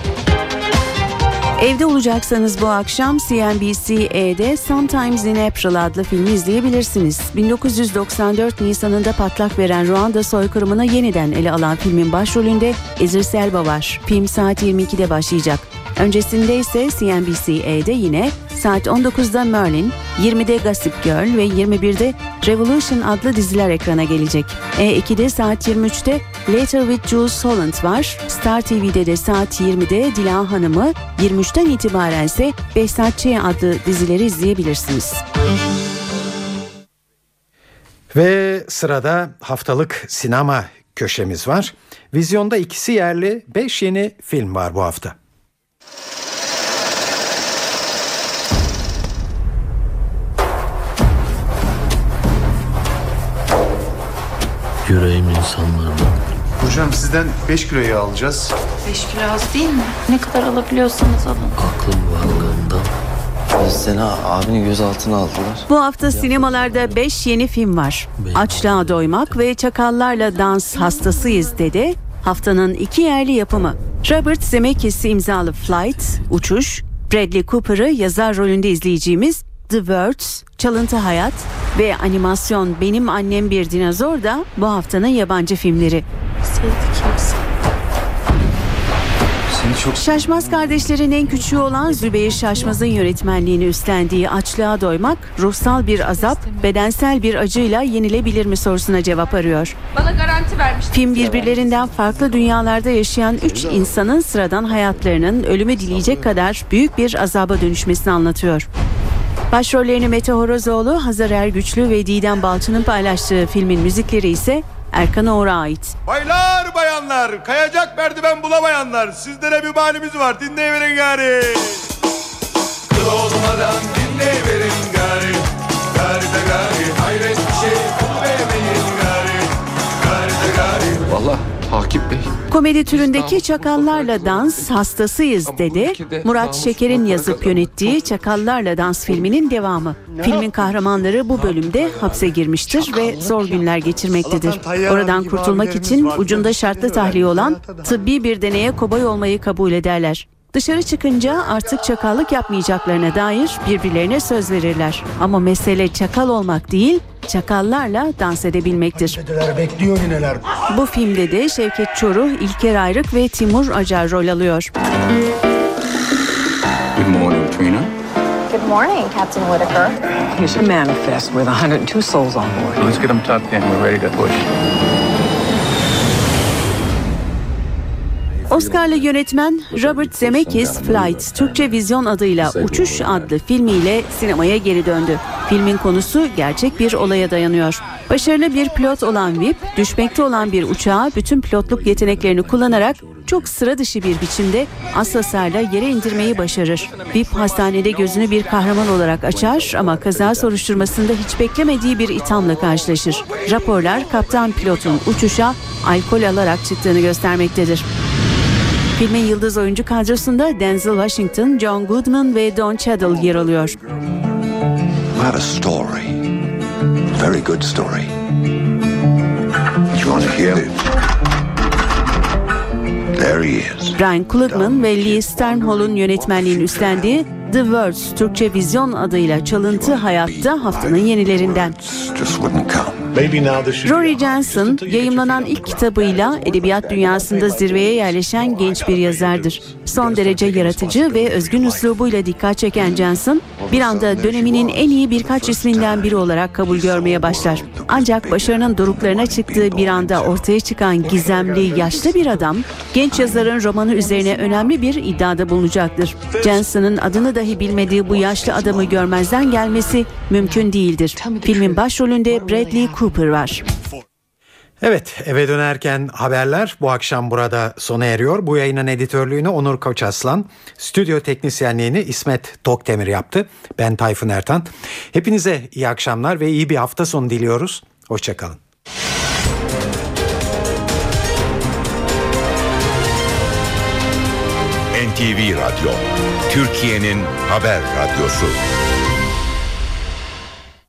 Evde olacaksanız bu akşam CNBC'de Sometimes in April adlı filmi izleyebilirsiniz. 1994 Nisan'ında patlak veren Ruanda soykırımını yeniden ele alan filmin başrolünde İdris Elba var. Film saat 22'de başlayacak. Öncesinde ise CNBC'de yine saat 19'da Merlin, 20'de Gossip Girl ve 21'de Revolution adlı diziler ekrana gelecek. E2'de saat 23'te Later with Jules Holland var. Star TV'de de saat 20'de Dila Hanım'ı, 23'ten itibaren ise Behzat Ç. adlı dizileri izleyebilirsiniz. Ve sırada haftalık sinema köşemiz var. Vizyonda 2'si yerli, 5 yeni film var bu hafta. Yüreğim insanlardan. Hocam sizden 5 kilo yağ alacağız. 5 kilo az değil mi? Ne kadar alabiliyorsanız alın. Aklım varlığından. Seni abini gözaltına aldılar. Bu hafta sinemalarda 5 yeni film var. Açlığa Doymak ve Çakallarla Dans Hastasıyız dedi. Haftanın 2 yerli yapımı. Robert Zemeckis imzalı Flight, Uçuş, Bradley Cooper'ı yazar rolünde izleyeceğimiz The Words, Çalıntı Hayat ve animasyon Benim Annem Bir Dinozor da bu haftanın yabancı filmleri. Şaşmaz kardeşlerin en küçüğü olan Zübeyir Şaşmaz'ın yönetmenliğini üstlendiği Açlığa Doymak, ruhsal bir azap, bedensel bir acıyla yenilebilir mi sorusuna cevap arıyor. Bana garanti vermiştin. Film birbirlerinden farklı dünyalarda yaşayan 3 insanın sıradan hayatlarının ölümü dileyecek kadar büyük bir azaba dönüşmesini anlatıyor. Başrollerini Mete Horozoğlu, Hazar Ergüçlü ve Didem Balçı'nın paylaştığı filmin müzikleri ise Erkan Oğur'a ait. Baylar bayanlar, kayacak merdiven bulamayanlar, sizlere bir halimiz var, dinleyiverin gari. Kıl olmadan dinleyiverin gari. Gari de gari, hayret bir şey buluvermeyin gari. Gari de gari. Vallahi Akif Bey. Komedi türündeki Çakallarla Dans Hastasıyız dedi. Murat Şeker'in yazıp yönettiği Çakallarla Dans filminin devamı. Filmin kahramanları bu bölümde hapse girmiştir ve zor günler geçirmektedir. Oradan kurtulmak için ucunda şartlı tahliye olan tıbbi bir deneye kobay olmayı kabul ederler. Dışarı çıkınca artık çakallık yapmayacaklarına dair birbirlerine söz verirler. Ama mesele çakal olmak değil, çakallarla dans edebilmektir. Bekliyor neler. Bu filmde de Şevket Çoruh, İlker Ayrık ve Timur Acar rol alıyor. Good morning, Trina. Good morning, Captain Whitaker. Here's a manifest with 102 souls on board. Let's get them tucked in. We're ready to push. Oscar'lı yönetmen Robert Zemeckis Flight, Türkçe vizyon adıyla Uçuş adlı filmiyle sinemaya geri döndü. Filmin konusu gerçek bir olaya dayanıyor. Başarılı bir pilot olan Vip, düşmekte olan bir uçağı bütün pilotluk yeteneklerini kullanarak çok sıra dışı bir biçimde az hasarla yere indirmeyi başarır. Vip hastanede gözünü bir kahraman olarak açar ama kaza soruşturmasında hiç beklemediği bir ithamla karşılaşır. Raporlar kaptan pilotun uçuşa alkol alarak çıktığını göstermektedir. Filmin yıldız oyuncu kadrosunda Denzel Washington, John Goodman ve Don Cheadle yer alıyor. What a story. Very good story. You want to hear? There he is. Ryan Klugman ve Lee Sternhol'un yönetmenliğini üstlendiği The Words, Türkçe vizyon adıyla Çalıntı Hayat'ta haftanın yenilerinden. Rory Jensen, yayımlanan ilk kitabıyla edebiyat dünyasında zirveye yerleşen genç bir yazardır. Son derece yaratıcı ve özgün üslubuyla dikkat çeken Jensen, bir anda döneminin en iyi birkaç isminden biri olarak kabul görmeye başlar. Ancak başarının doruklarına çıktığı bir anda ortaya çıkan gizemli, yaşlı bir adam, genç yazarın romanı üzerine önemli bir iddiada bulunacaktır. Jensen'ın adını dahi bilmediği bu yaşlı adamı görmezden gelmesi mümkün değildir. Filmin başrolünde Bradley Cooper var. Evet, eve dönerken haberler bu akşam burada sona eriyor. Bu yayının editörlüğünü Onur Koçaslan, stüdyo teknisyenliğini İsmet Tokdemir yaptı. Ben Tayfun Ertan. Hepinize iyi akşamlar ve iyi bir hafta sonu diliyoruz. Hoşçakalın. NTV Radyo, Türkiye'nin haber radyosu.